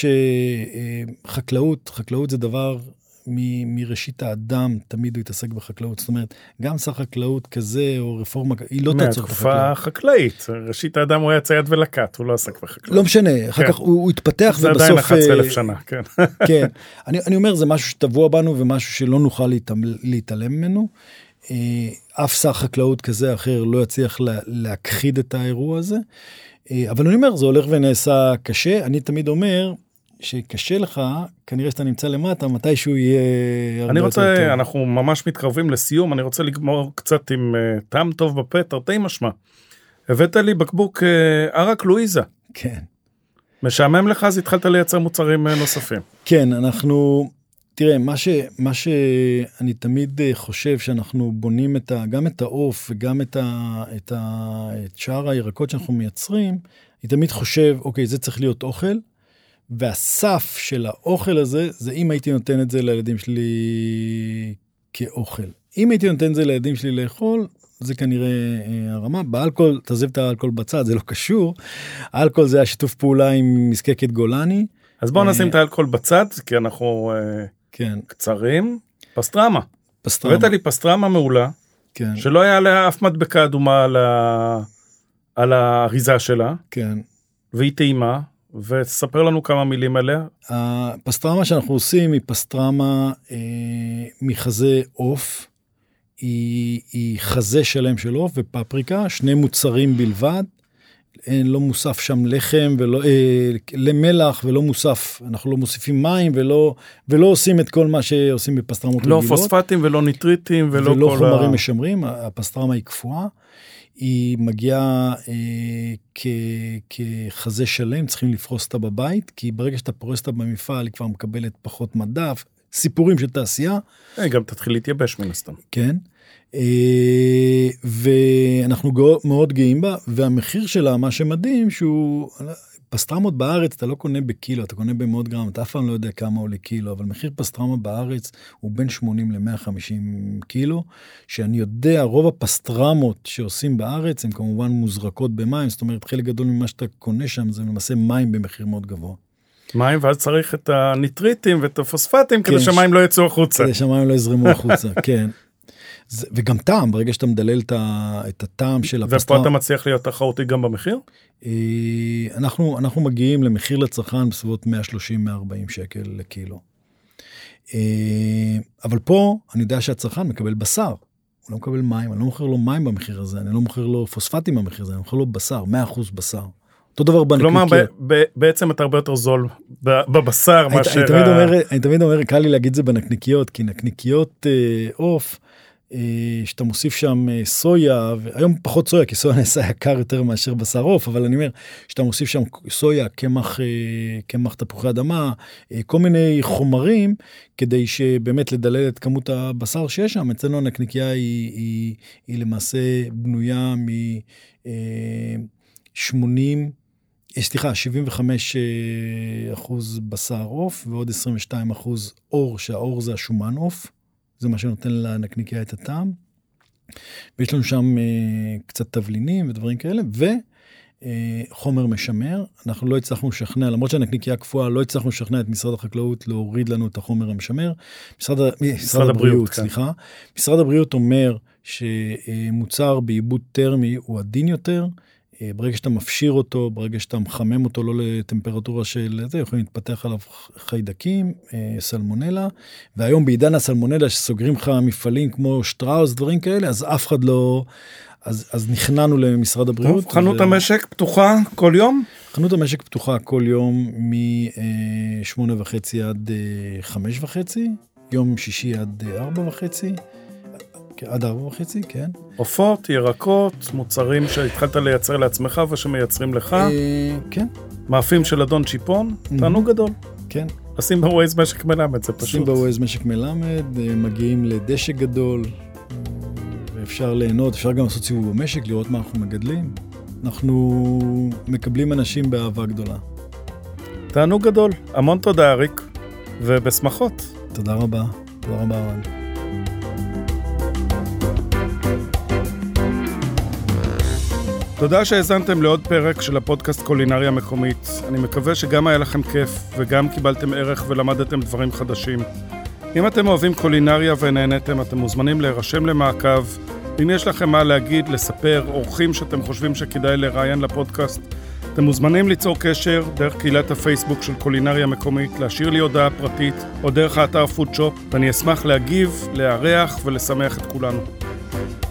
שחקלאות, חקלאות זה דבר מ- מראשית האדם, תמיד הוא יתעסק בחקלאות. זאת אומרת, גם שר חקלאות כזה, או רפורמה, היא לא תעצור בחקלאות. מהתקופה חקלאית. ראשית האדם הוא היה צייד ולקט, הוא לא עסק בחקלאות. לא משנה, אחר כן. כך הוא, הוא התפתח זה ובסוף... זה עדיין אחת עשרה אלף שנה, כן. כן. אני, אני אומר, זה משהו שטבוע בנו, ומשהו שלא נוכל להתעלם, להתעלם ממנו. אף שר חקלאות כזה אחר לא יצליח לה, להכחיד את האירוע הזה. אבל אני אומר, זה הולך ונעשה קשה. אני תמיד אומר שקשה לך, כנראה שאתה נמצא למטה, מתישהו יהיה... אני רוצה, אנחנו ממש מתקרבים לסיום, אני רוצה לגמור קצת עם uh, טעם טוב בפה, תרתי משמע. הבאת לי בקבוק uh, ערק לואיזה. כן. משעמם לך, אז התחלת לייצר מוצרים uh, נוספים. כן, אנחנו... תראה, מה, ש, מה שאני תמיד חושב שאנחנו בונים את ה, גם את העוף וגם את, ה, את, ה, את שאר הירקות שאנחנו מייצרים, אני תמיד חושב, אוקיי, זה צריך להיות אוכל, והסף של האוכל הזה, זה אם הייתי נותן את זה לילדים שלי כאוכל. אם הייתי נותן את זה לילדים שלי לאכול, זה כנראה הרמה. באלכוהול, תעזב את האלכוהול בצד, זה לא קשור. האלכוהול זה השיתוף פעולה עם מזקקת גולני. אז בואו נשים את האלכוהול בצד, כי אנחנו... כן. קצרים, פסטרמה. פסטרמה. הבאת לי פסטרמה מעולה, כן. שלא היה לה אף מדבקה אדומה על, ה... על האריזה שלה, כן. והיא טעימה, וספר לנו כמה מילים עליה. הפסטרמה שאנחנו עושים היא פסטרמה אה, מחזה עוף, היא, היא חזה שלם של עוף ופפריקה, שני מוצרים בלבד, לא מוסף שם לחם ולא, אה, למלח ולא מוסף, אנחנו לא מוסיפים מים ולא, ולא עושים את כל מה שעושים בפסטרמות לא רגילות. לא פוספטים ולא ניטריטים ולא, ולא כל חומרים ה... משמרים, הפסטרמה היא קפואה, היא מגיעה אה, כ, כחזה שלם, צריכים לפרוס אותה בבית, כי ברגע שאתה פורס אותה במפעל, היא כבר מקבלת פחות מדף, סיפורים של תעשייה. אה, גם תתחיל להתייבש מן הסתם. כן. ואנחנו מאוד גאים בה, והמחיר שלה, מה שמדהים, שהוא, פסטרמות בארץ, אתה לא קונה בקילו, אתה קונה במאות גרם, אתה אף פעם לא יודע כמה עולה קילו, אבל מחיר פסטרמה בארץ הוא בין שמונים למאה וחמישים קילו, שאני יודע, רוב הפסטרמות שעושים בארץ, הן כמובן מוזרקות במים, זאת אומרת, חלק גדול ממה שאתה קונה שם, זה למעשה מים במחיר מאוד גבוה. מים, ואז צריך את הניטריטים ואת הפוספטים, כדי שהמים לא יצאו החוצה. כדי שהמים לא יזרמו החוצה, כן. זה, וגם טעם, ברגע שאתה מדלל את, ה, את הטעם של הפסטרמה. ופה אתה מצליח להיות תחרותי גם במחיר? אנחנו, אנחנו מגיעים למחיר לצרכן בסביבות מאה שלושים עד מאה ארבעים שקל לקילו. אבל פה אני יודע שהצרכן מקבל בשר. הוא לא מקבל מים, אני לא מוכר לו מים במחיר הזה, אני לא מוכר לו פוספטים במחיר הזה, אני מוכר לו בשר, מאה אחוז בשר. אותו דבר בנקניקיות. כלומר, בעצם אתה הרבה יותר זול בבשר מאשר... אני תמיד אומר, קל לי להגיד זה בנקניקיות, כי נקניקיות עוף, שאתה מוסיף שם סויה, והיום פחות סויה, כי סויה נעשה יקר יותר מאשר בשר עוף, אבל אני אומר, שאתה מוסיף שם סויה, קמח, קמח תפוחי אדמה, כל מיני חומרים, כדי שבאמת לדלל את כמות הבשר שיש שם. אצלנו הנקניקיה היא, היא, היא למעשה בנויה מ-שמונים, סליחה, שבעים וחמישה אחוז בשר עוף, ועוד עשרים ושתיים אחוז אור, שהאור זה השומן עוף, זה מה שנותן לנקניקיה את הטעם. ויש לנו שם uh, קצת תבלינים ודברים כאלה, וחומר uh, משמר. אנחנו לא הצלחנו לשכנע, למרות שהנקניקיה קפואה, לא הצלחנו לשכנע את משרד החקלאות להוריד לנו את החומר המשמר. משרד, משרד, משרד הבריאות, הבריאות סליחה. משרד הבריאות אומר שמוצר בעיבוד טרמי הוא עדין יותר, ברגע שאתה מפשיר אותו, ברגע שאתה מחמם אותו לא לטמפרטורה של זה, יכולים להתפתח עליו חיידקים, סלמונלה, והיום בעידן הסלמונלה שסוגרים לך מפעלים כמו שטראוס, דברים כאלה, אז אף אחד לא, אז, אז נכנענו למשרד הבריאות. טוב, חנות ו... המשק פתוחה כל יום? חנות המשק פתוחה כל יום מ-שמונה וחצי עד חמש וחצי, יום שישי עד ארבע וחצי, עד ארבע וחצי, כן. עופות, ירקות, מוצרים שהתחלת לייצר לעצמך ושמייצרים לך. כן. מאפים של אדון צ'יפון, תענוג גדול. כן. עושים בווייז משק מלמד, זה פשוט. עושים בווייז משק מלמד, מגיעים לדשא גדול, ואפשר ליהנות, אפשר גם לעשות סיבוב במשק, לראות מה אנחנו מגדלים. אנחנו מקבלים אנשים באהבה גדולה. תענוג גדול. המון תודה, אריק, ובשמחות. תודה רבה. תודה רבה, רן. תודה שהאזנתם לעוד פרק של הפודקאסט קולינריה מקומית. אני מקווה שגם היה לכם כיף וגם קיבלתם ערך ולמדתם דברים חדשים. אם אתם אוהבים קולינריה ונהנתם, אתם מוזמנים להירשם למעקב. אם יש לכם מה להגיד, לספר, אורחים שאתם חושבים שכדאי לראיין לפודקאסט, אתם מוזמנים ליצור קשר דרך קהילת הפייסבוק של קולינריה מקומית, להשאיר לי הודעה פרטית או דרך האתר פודשופ, ואני אשמח להגיב, לארח ולשמח את כולנו.